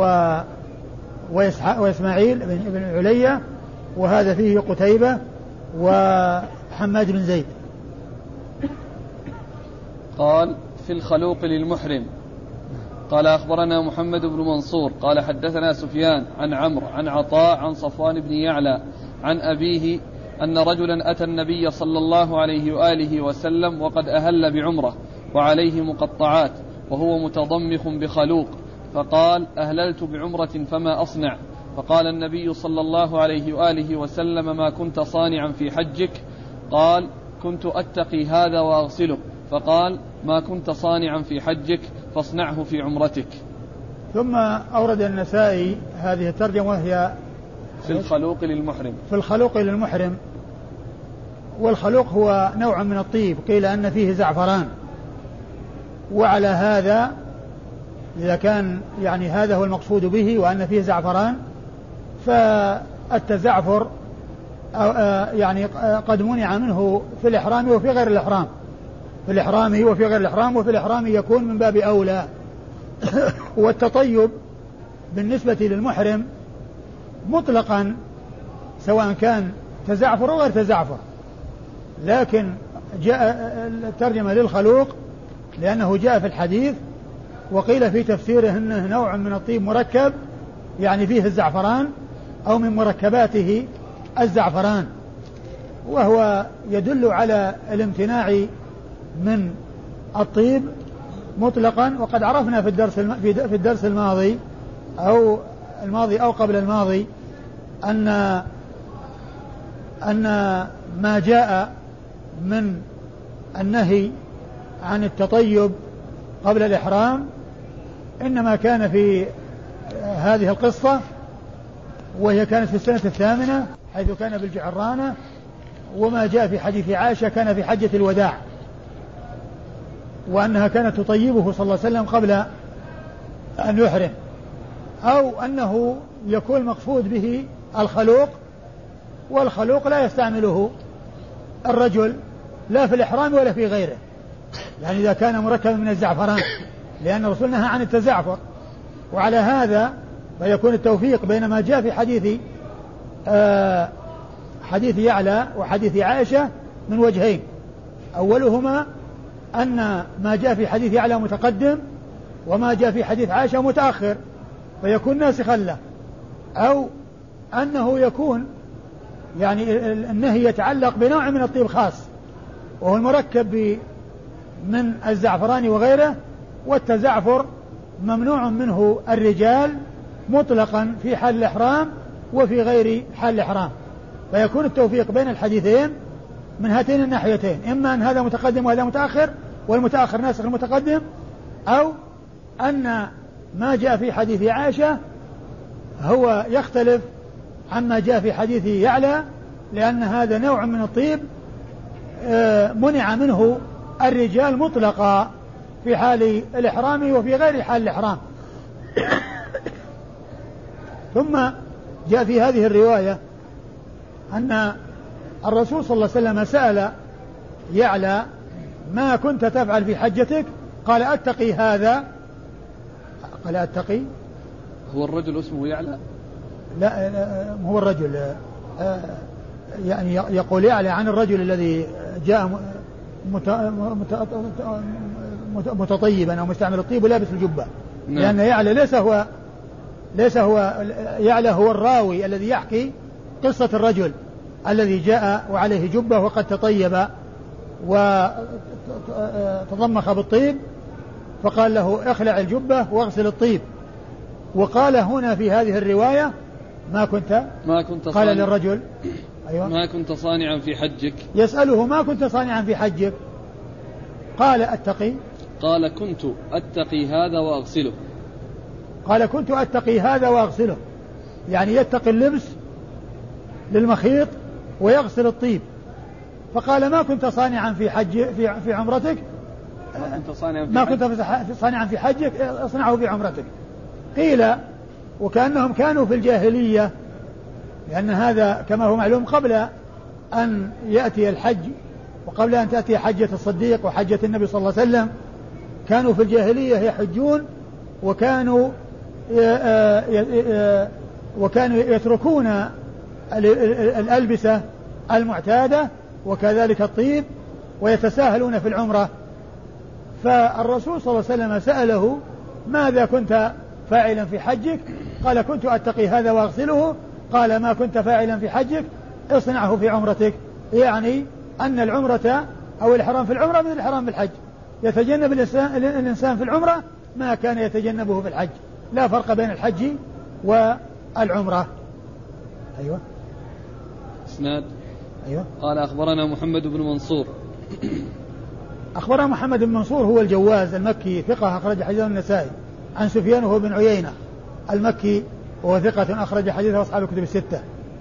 وإسماعيل بن علية، وهذا فيه قتيبة وحماد بن زيد. قال في الخلوق للمحرم. قال أخبرنا محمد بن منصور قال حدثنا سفيان عن عمرو عن عطاء عن صفوان بن يعلى عن أبيه أن رجلا أتى النبي صلى الله عليه وآله وسلم وقد أهل بعمرة وعليه مقطعات وهو متضمخ بخلوق، فقال أهللت بعمرة فما أصنع؟ فقال النبي صلى الله عليه وآله وسلم ما كنت صانعا في حجك؟ قال كنت أتقي هذا وأغسله. فقال ما كنت صانعا في حجك فاصنعه في عمرتك. ثم أورد النسائي هذه الترجمة وهي في الخلوق للمحرم. في الخلوق للمحرم، والخلوق هو نوع من الطيب، قيل أن فيه زعفران، وعلى هذا إذا كان يعني هذا هو المقصود به وأن فيه زعفران، فالتزعفر يعني قد منع منه في الإحرام وفي غير الإحرام، في الإحرام وفي غير الإحرام، وفي الإحرام يكون من باب أولى. والتطيب بالنسبة للمحرم مطلقا سواء كان تزعفر أو غير تزعفر، لكن جاء الترجمة للخلوق لأنه جاء في الحديث، وقيل في تفسيره أنه نوع من الطيب مركب يعني فيه الزعفران أو من مركباته الزعفران، وهو يدل على الامتناع من الطيب مطلقا. وقد عرفنا في الدرس الماضي أو قبل الماضي أن ما جاء من النهي عن التطيب قبل الإحرام إنما كان في هذه القصة، وهي كانت في السنة 8 حيث كان بالجعرانة، وما جاء في حديث عائشة كان في حجة الوداع، وأنها كانت تطيبه صلى الله عليه وسلم قبل أن يحرم، أو أنه يكون مقصود به الخلوق، والخلوق لا يستعمله الرجل لا في الإحرام ولا في غيره، يعني إذا كان مركبا من الزعفران، لأن الرسول نهى عن التزعفر. وعلى هذا فيكون التوفيق بين ما جاء في حديث يعلى وحديث عائشة من وجهين، أولهما أن ما جاء في حديث يعلى متقدم وما جاء في حديث عائشة متأخر فيكون ناسخا له، أو أنه يكون يعني النهي يتعلق بنوع من الطيب خاص وهو المركب من الزعفران وغيره، والتزعفر ممنوع منه الرجال مطلقا في حال الإحرام وفي غير حال الإحرام، فيكون التوفيق بين الحديثين من هاتين الناحيتين، إما أن هذا متقدم وهذا متأخر والمتأخر ناسخ المتقدم، أو أن ما جاء في حديث عائشة هو يختلف عما جاء في حديث يعلى، لأن هذا نوع من الطيب منع منه الرجال مطلقا في حال الإحرام وفي غير حال الإحرام. ثم جاء في هذه الرواية أن الرسول صلى الله عليه وسلم سأل يعلى ما كنت تفعل في حجتك؟ قال أتقي هذا. قال أتقي. هو الرجل اسمه يعلى؟ لا هو الرجل يعني يقول يعلى عن الرجل الذي جاء متطيبا أو مستعمل الطيب ولابس الجبة. نعم. لأن يعلى ليس هو ليس هو يعلى هو الراوي الذي يحكي قصة الرجل الذي جاء وعليه جبة وقد تطيب وتضمخ بالطيب، فقال له اخلع الجبة واغسل الطيب. وقال هنا في هذه الرواية ما كنت قال للرجل أيوة ما كنت صانعا في حجك، يسأله ما كنت صانعا في حجك؟ قال أتقي، قال كنت أتقي هذا وأغسله، قال كنت أتقي هذا وأغسله، يعني يتقي اللبس للمخيط ويغسل الطيب. فقال ما كنت صانعا في حج في عمرتك، ما كنت صانعا في حجك اصنعه في عمرتك. قيل وكأنهم كانوا في الجاهلية، لأن هذا كما هو معلوم قبل أن يأتي الحج وقبل أن تأتي حجة الصديق وحجة النبي صلى الله عليه وسلم، كانوا في الجاهلية يحجون وكانوا يتركون الألبسة المعتادة وكذلك الطيب ويتساهلون في العمرة. فالرسول صلى الله عليه وسلم سأله ماذا كنت فاعلا في حجك؟ قال كنت أتقي هذا وأغسله. قال ما كنت فاعلا في حجك اصنعه في عمرتك، يعني أن العمرة أو الإحرام في العمرة من الإحرام في الحج، يتجنب الإنسان في العمرة ما كان يتجنبه في الحج، لا فرق بين الحج والعمرة. أيوة اسناد. أيوة. قال أخبرنا محمد بن منصور. أخبرنا محمد بن منصور هو الجواز المكي ثقة أخرج حديثه النسائي، عن سفيان وهو بن عيينة المكي وهو ثقة أخرج حديثه أصحاب الكتب الستة.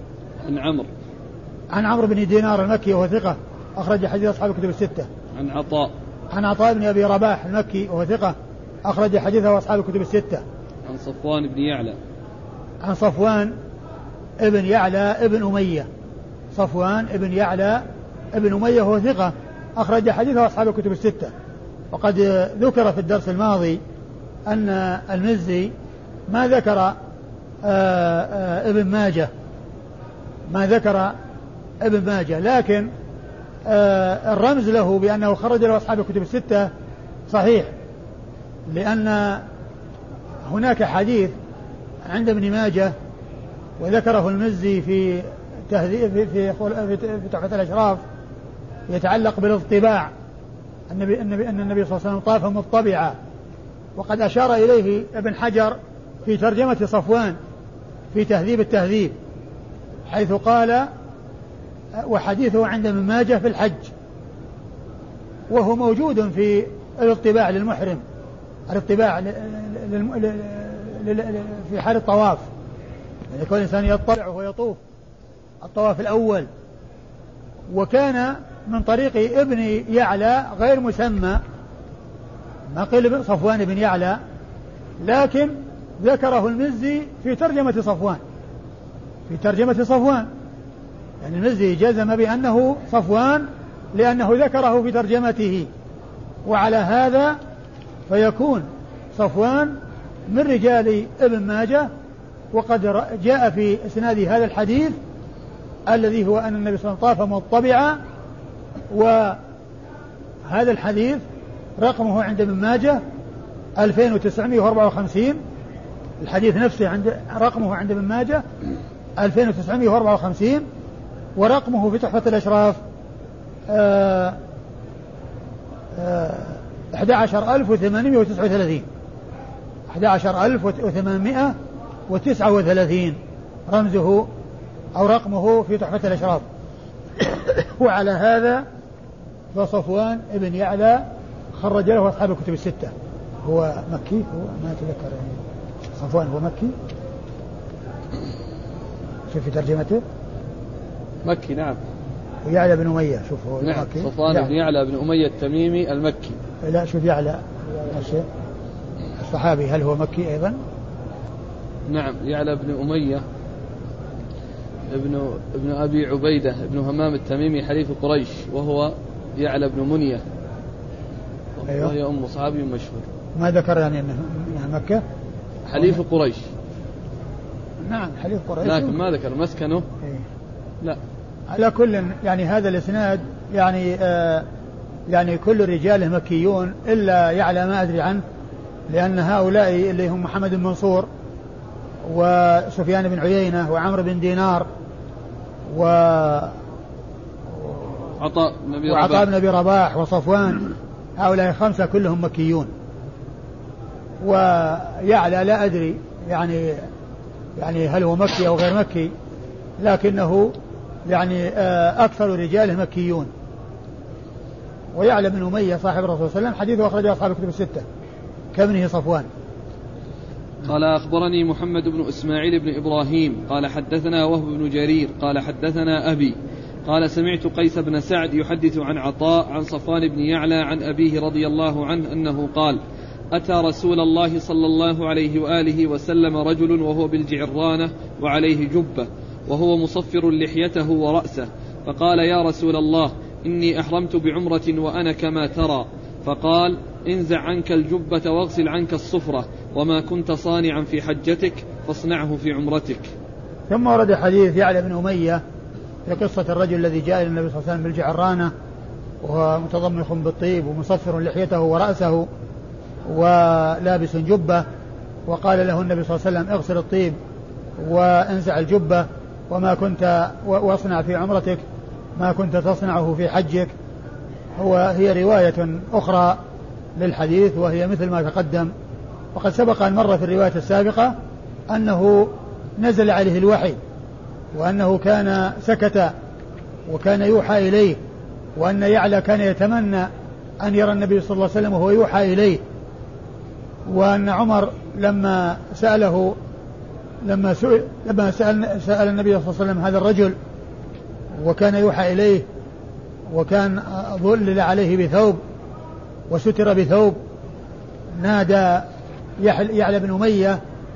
عن عمرو بن دينار المكي وهو ثقة أخرج حديث أصحاب الكتب الستة. عن عطاء بن أبي رباح المكي وهو ثقة أخرج حديثه أصحاب الكتب الستة. عن صفوان بن يعلى. عن صفوان ابن يعلى ابن أمية، صفوان ابن يعلى ابن أمية وهو ثقة أخرج حديثه أصحاب الكتب الستة. وقد ذكر في الدرس الماضي أن المزي ما ذكر ابن ماجه، ما ذكر ابن ماجه، لكن الرمز له بأنه خرج له أصحاب الكتب الستة صحيح، لأن هناك حديث عند ابن ماجه وذكره المزي في تهذيب في تحفة الأشراف يتعلق بالاطباع، أن النبي صلى الله عليه وسلم طاف مطبعا، وقد أشار إليه ابن حجر في ترجمة صفوان في تهذيب التهذيب، حيث قال وحديثه عند ابن ماجه في الحج، وهو موجود في الاطباع للمحرم، الاطباع في حال الطواف، يعني كل إنسان يطلع وهو يطوف الطواف الأول. وكان من طريق ابن يعلى غير مسمى، ما قيل صفوان بن يعلى، لكن ذكره المزي في ترجمة صفوان، في ترجمة صفوان، يعني المزي جزم بأنه صفوان لأنه ذكره في ترجمته، وعلى هذا فيكون صفوان من رجال ابن ماجه. وقد جاء في إسناد هذا الحديث الذي هو أن النبي صلى الله عليه وسلم طاف مطبعا، وهذا الحديث رقمه عند ابن ماجه 2954، الحديث نفسه رقمه عند ابن ماجه 2954، ورقمه في تحفة الأشراف 11839 11839 رمزه أو رقمه في تحفة الأشراف. وعلى هذا فصفوان ابن يعلى خرج له أصحاب الكتب الستة. هو مكي، هو ما أتذكر يعني صفوان هو مكي، شوف في ترجمته مكي نعم، ويعلى بن أمية شوف هو نعم مكي. صفوان بن يعلى بن أمية التميمي المكي. لا شوف يعلى الصحابي هل هو مكي أيضا؟ نعم يعلى بن أمية ابن أبي عبيدة ابن همام التميمي حليف قريش، وهو يعلى بن منية، أيوه. وهي أم صحابي مشهور. ما ذكر يعني أنه مكة حليف قريش. نعم حليف قريش، لكن ما ذكر مسكنه. إيه؟ لا على كل يعني هذا الإسناد يعني يعني كل رجاله مكيون إلا يعلى ما أدري عنه، لأن هؤلاء اللي هم محمد بن منصور وسفيان بن عيينة وعمرو بن دينار عطاء بن أبي رباح وصفوان. هؤلاء 5 كلهم مكيون. ويعلى لا أدري يعني هل هو مكي أو غير مكي، لكنه يعني أكثر رجاله مكيون. ويعلى بن أمية صاحب الرسول صلى الله عليه وسلم حديثه أخرجه أصحاب الكتب الستة كابنه صفوان. قال أخبرني محمد بن إسماعيل بن إبراهيم قال حدثنا وهب بن جرير قال حدثنا أبي قال سمعت قيس بن سعد يحدث عن عطاء عن صفوان بن يعلى عن أبيه رضي الله عنه أنه قال أتى رسول الله صلى الله عليه وآله وسلم رجل وهو بالجعرانة وعليه جبة وهو مصفر لحيته ورأسه، فقال يا رسول الله إني أحرمت بعمرة وأنا كما ترى، فقال انزع عنك الجبة واغسل عنك الصفرة، وما كنت صانعا في حجتك فاصنعه في عمرتك. ثم ورد حديث يعلى بن أمية في قصة الرجل الذي جاء إلى النبي صلى الله عليه وسلم بالجعرانة وهو متضمخ بالطيب ومصفر لحيته ورأسه ولابس جبة، وقال له النبي صلى الله عليه وسلم اغسل الطيب وانزع الجبة واصنع في عمرتك ما كنت تصنعه في حجك. هي رواية أخرى للحديث وهي مثل ما تقدم، وقد سبق أن مر في الرواية السابقة أنه نزل عليه الوحي وأنه كان سكت وكان يوحى إليه، وأن يعلى كان يتمنى أن يرى النبي صلى الله عليه وسلم وهو يوحى إليه، وأن عمر لما سأل النبي صلى الله عليه وسلم هذا الرجل وكان يوحى إليه وكان ظلل عليه بثوب وستر بثوب، نادى يعلى بن أمية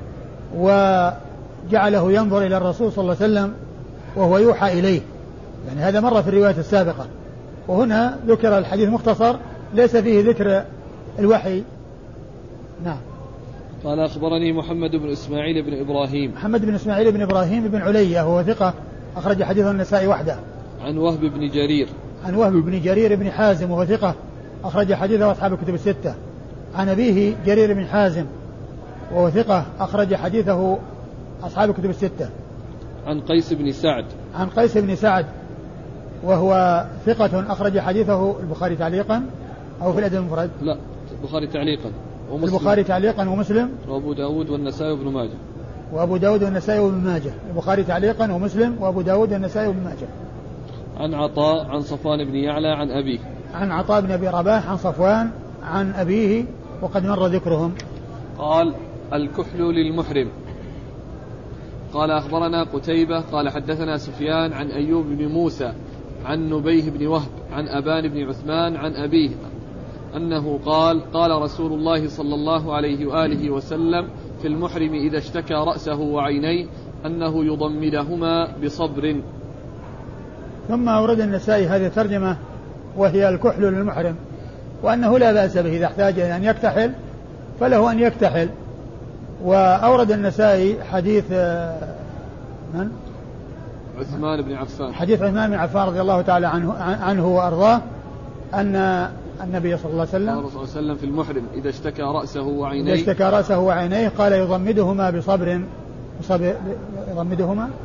وجعله ينظر إلى الرسول صلى الله عليه وسلم وهو يوحى إليه. يعني هذا مر في الرواية السابقة، وهنا ذكر الحديث مختصر ليس فيه ذكر الوحي. نعم. قال أخبرني محمد بن إسماعيل بن إبراهيم. محمد بن إسماعيل بن إبراهيم بن علية وهو ثقة أخرج حديثه النسائي وحده. عن وهب بن جرير. عن وهب بن جرير بن حازم وهو ثقة أخرج حديثه أصحاب الكتب الستة. عن أبيه جرير بن حازم وهو ثقة أخرج حديثه أصحاب الكتب الستة. عن قيس بن سعد. عن قيس بن سعد وهو ثقة أخرج حديثه البخاري تعليقا أو في الأدب المفرد؟ لا، البخاري تعليقا ومسلم. البخاري تعليقا ومسلم وأبو داود والنسائي وابن ماجه. وأبو داود والنسائي وابن ماجه. البخاري تعليقا ومسلم وأبو داود والنسائي وابن ماجه. عن عطاء عن صفوان بن يعلى عن أبيه. عن عطاء بن أبي رباح عن صفوان عن أبيه وقد مر ذكرهم. قال الكحل للمحرم. قال أخبرنا قتيبة قال حدثنا سفيان عن أيوب بن موسى عن نبيه بن وهب عن أبان بن عثمان عن أبيه أنه قال قال رسول الله صلى الله عليه وآله وسلم في المحرم إذا اشتكى رأسه وعينيه أنه يضمدهما بصبر. ثم أورد النسائي هذه الترجمة وهي الكحل للمحرم، وأنه لا بأس به إذا احتاج إلى أن يكتحل فله أن يكتحل. وأورد النسائي حديث من؟ عثمان بن عفان. حديث عثمان بن عفان رضي الله تعالى عنه وأرضاه أن النبي صلى الله عليه وسلم قال صلى الله عليه وسلم في المحرم إذا اشتكى رأسه وعينيه إذا اشتكى رأسه وعينيه قال يضمدهما بصبر يضمدهما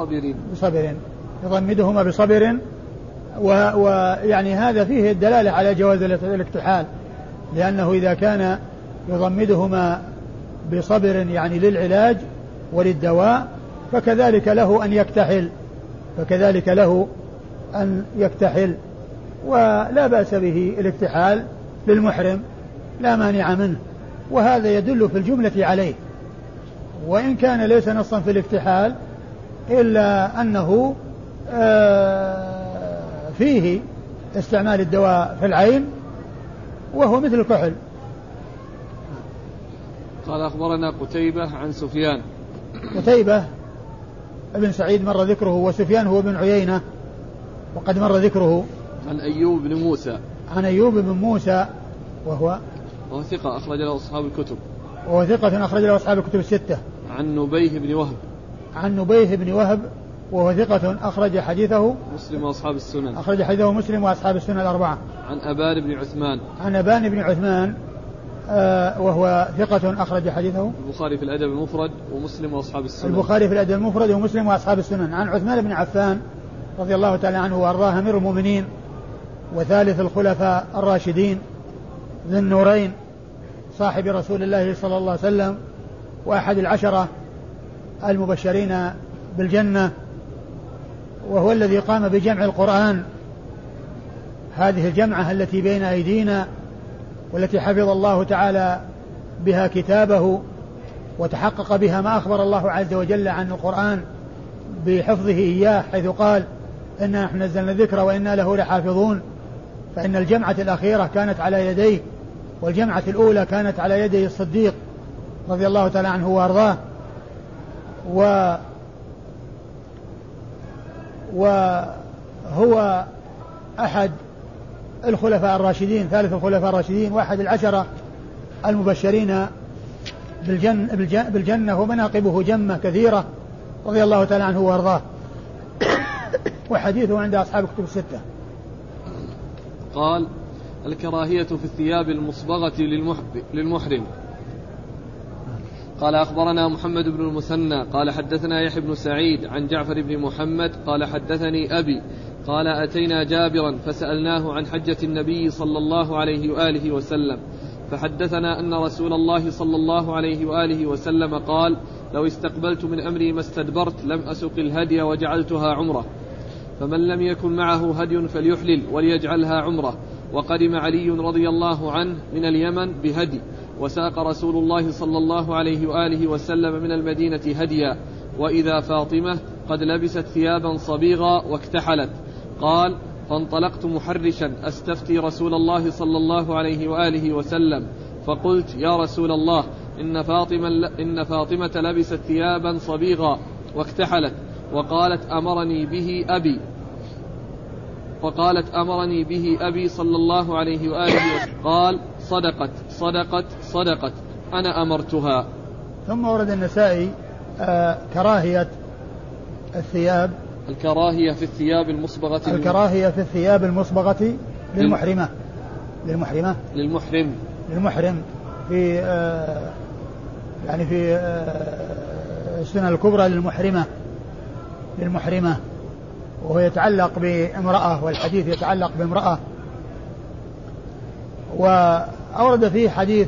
بصبر. ويعني هذا فيه الدلالة على جواز الاكتحال، لأنه إذا كان يضمدهما بصبر يعني للعلاج وللدواء فكذلك له أن يكتحل ولا بأس به الاكتحال للمحرم لا مانع منه، وهذا يدل في الجملة عليه، وإن كان ليس نصا في الاكتحال إلا أنه فيه استعمال الدواء في العين وهو مثل الكحل. قال أخبرنا قتيبة عن سفيان. قتيبة ابن سعيد مر ذكره، وسفيان هو ابن عيينة وقد مر ذكره. عن أيوب بن موسى. عن أيوب بن موسى وهو ثقة أخرج له أصحاب الكتب. وهو ثقة أخرج له أصحاب الكتب الستة. عن نبيه بن وهب. عن نبيه بن وهب وهو ثقة أخرج حديثه مسلم وأصحاب السنن. أخرج حديثه مسلم وأصحاب السنن الأربعة. عن أبان بن عثمان. عن أبان بن عثمان وهو ثقة أخرج حديثه البخاري في الأدب المفرد ومسلم وأصحاب السنن. البخاري في الأدب المفرد ومسلم وأصحاب السنن. عن عثمان بن عفان رضي الله تعالى عنه وأرضاه أمير المؤمنين وثالث الخلفاء الراشدين ذي النورين صاحب رسول الله صلى الله عليه وسلم وأحد العشرة المبشرين بالجنة، وهو الذي قام بجمع القرآن، هذه الجمعة التي بين أيدينا والتي حفظ الله تعالى بها كتابه وتحقق بها ما أخبر الله عز وجل عن القرآن بحفظه إياه، حيث قال إنا نحن نزلنا الذكر وإنا له لحافظون. فإن الجمعة الأخيرة كانت على يديه، والجمعة الأولى كانت على يدي الصديق رضي الله تعالى عنه وأرضاه، وهو أحد الخلفاء الراشدين، ثالث الخلفاء الراشدين وأحد العشرة المبشرين بالجنة ومناقبه جمة كثيرة رضي الله تعالى عنه وأرضاه. وحديثه عند أصحاب الكتب الستة. قال: الكراهية في الثياب المصبغة للمحرم. قال: أخبرنا محمد بن المثنى قال حدثنا يحيى بن سعيد عن جعفر بن محمد قال حدثني أبي قال: أتينا جابرا فسألناه عن حجة النبي صلى الله عليه وآله وسلم، فحدثنا أن رسول الله صلى الله عليه وآله وسلم قال: لو استقبلت من أمري ما استدبرت لم أسق الهدي وجعلتها عمرة، فمن لم يكن معه هدي فليحلل وليجعلها عمرة. وقدم علي رضي الله عنه من اليمن بهدي، وساق رسول الله صلى الله عليه وآله وسلم من المدينة هديا، وإذا فاطمة قد لبست ثيابا صبيغا واكتحلت. قال: فانطلقت محرشا أستفتي رسول الله صلى الله عليه وآله وسلم، فقلت: يا رسول الله، إن فاطمة لبست ثيابا صبيغا واكتحلت، وقالت أمرني به أبي صلى الله عليه وآله وسلم. قال: صدقت أنا أمرتها. ثم ورد النسائي كراهية الثياب، الكراهية في الثياب المصبغة، الكراهية في الثياب المصبغة للمحرم في يعني في السنة الكبرى للمحرمة، وهو يتعلق بامرأة، والحديث يتعلق بامرأة. وأورد فيه حديث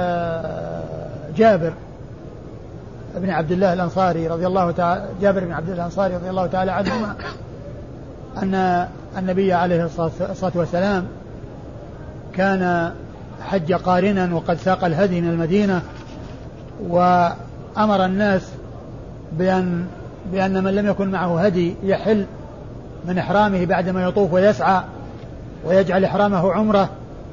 جابر بن عبد الله الأنصاري رضي الله تعالى عنهما أن النبي عليه الصلاة والسلام كان حج قارنا وقد ساق الهدي من المدينة، وأمر الناس بأن من لم يكن معه هدي يحل من إحرامه بعدما يطوف ويسعى ويجعل إحرامه عمرة.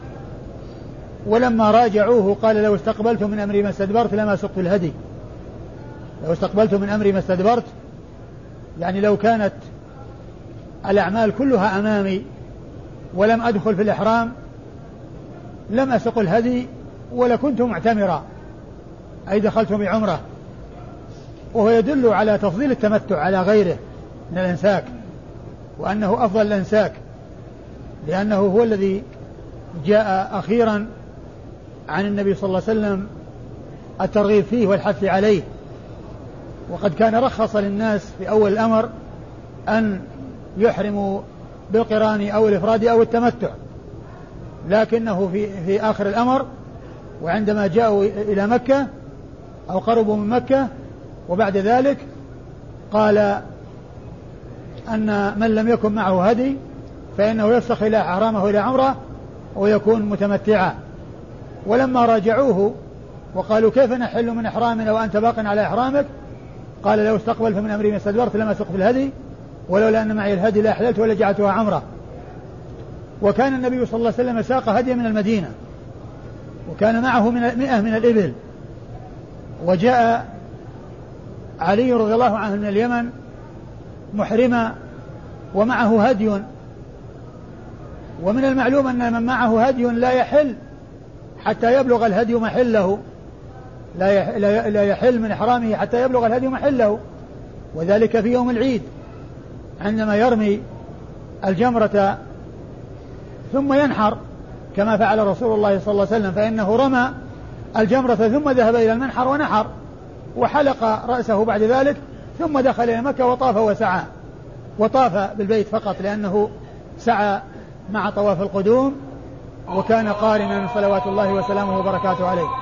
ولما راجعوه قال: لو استقبلت من أمري ما استدبرت لما سقت الهدي. لو استقبلت من أمري ما استدبرت، يعني لو كانت الأعمال كلها أمامي ولم أدخل في الإحرام لم أسق الهدي ولكنت معتمرا، أي دخلت بعمرة. وهو يدل على تفضيل التمتع على غيره من الأنساك، وأنه أفضل الأنساك، لأنه هو الذي جاء أخيرا عن النبي صلى الله عليه وسلم الترغيب فيه والحث عليه. وقد كان رخص للناس في أول الأمر أن يحرموا بالقران أو الإفراد أو التمتع، لكنه في آخر الأمر وعندما جاءوا إلى مكة أو قربوا من مكة وبعد ذلك قال أن من لم يكن معه هدي فإنه يفسخ إلى إحرامه إلى عمرة ويكون متمتعا. ولما راجعوه وقالوا: كيف نحل من إحرامنا وأنت باق على إحرامك؟ قال: لو استقبلت من أمري ما استدبرت لما سقت الهدي، ولولا أن معي الهدي لأحللت ولجعلتها عمرة. وكان النبي صلى الله عليه وسلم ساق هدي من المدينة، وكان معه 100 من الإبل. وجاء علي رضي الله عنه من اليمن محرما ومعه هدي، ومن المعلوم أن من معه هدي لا يحل حتى يبلغ الهدي محله، لا يحل من إحرامه حتى يبلغ الهدي محله، وذلك في يوم العيد عندما يرمي الجمرة ثم ينحر كما فعل رسول الله صلى الله عليه وسلم، فإنه رمى الجمرة ثم ذهب إلى المنحر ونحر وحلق رأسه بعد ذلك، ثم دخل إلى مكة وطاف وسعى، وطاف بالبيت فقط لأنه سعى مع طواف القدوم، وكان قارنا صلوات الله وسلامه وبركاته عليه.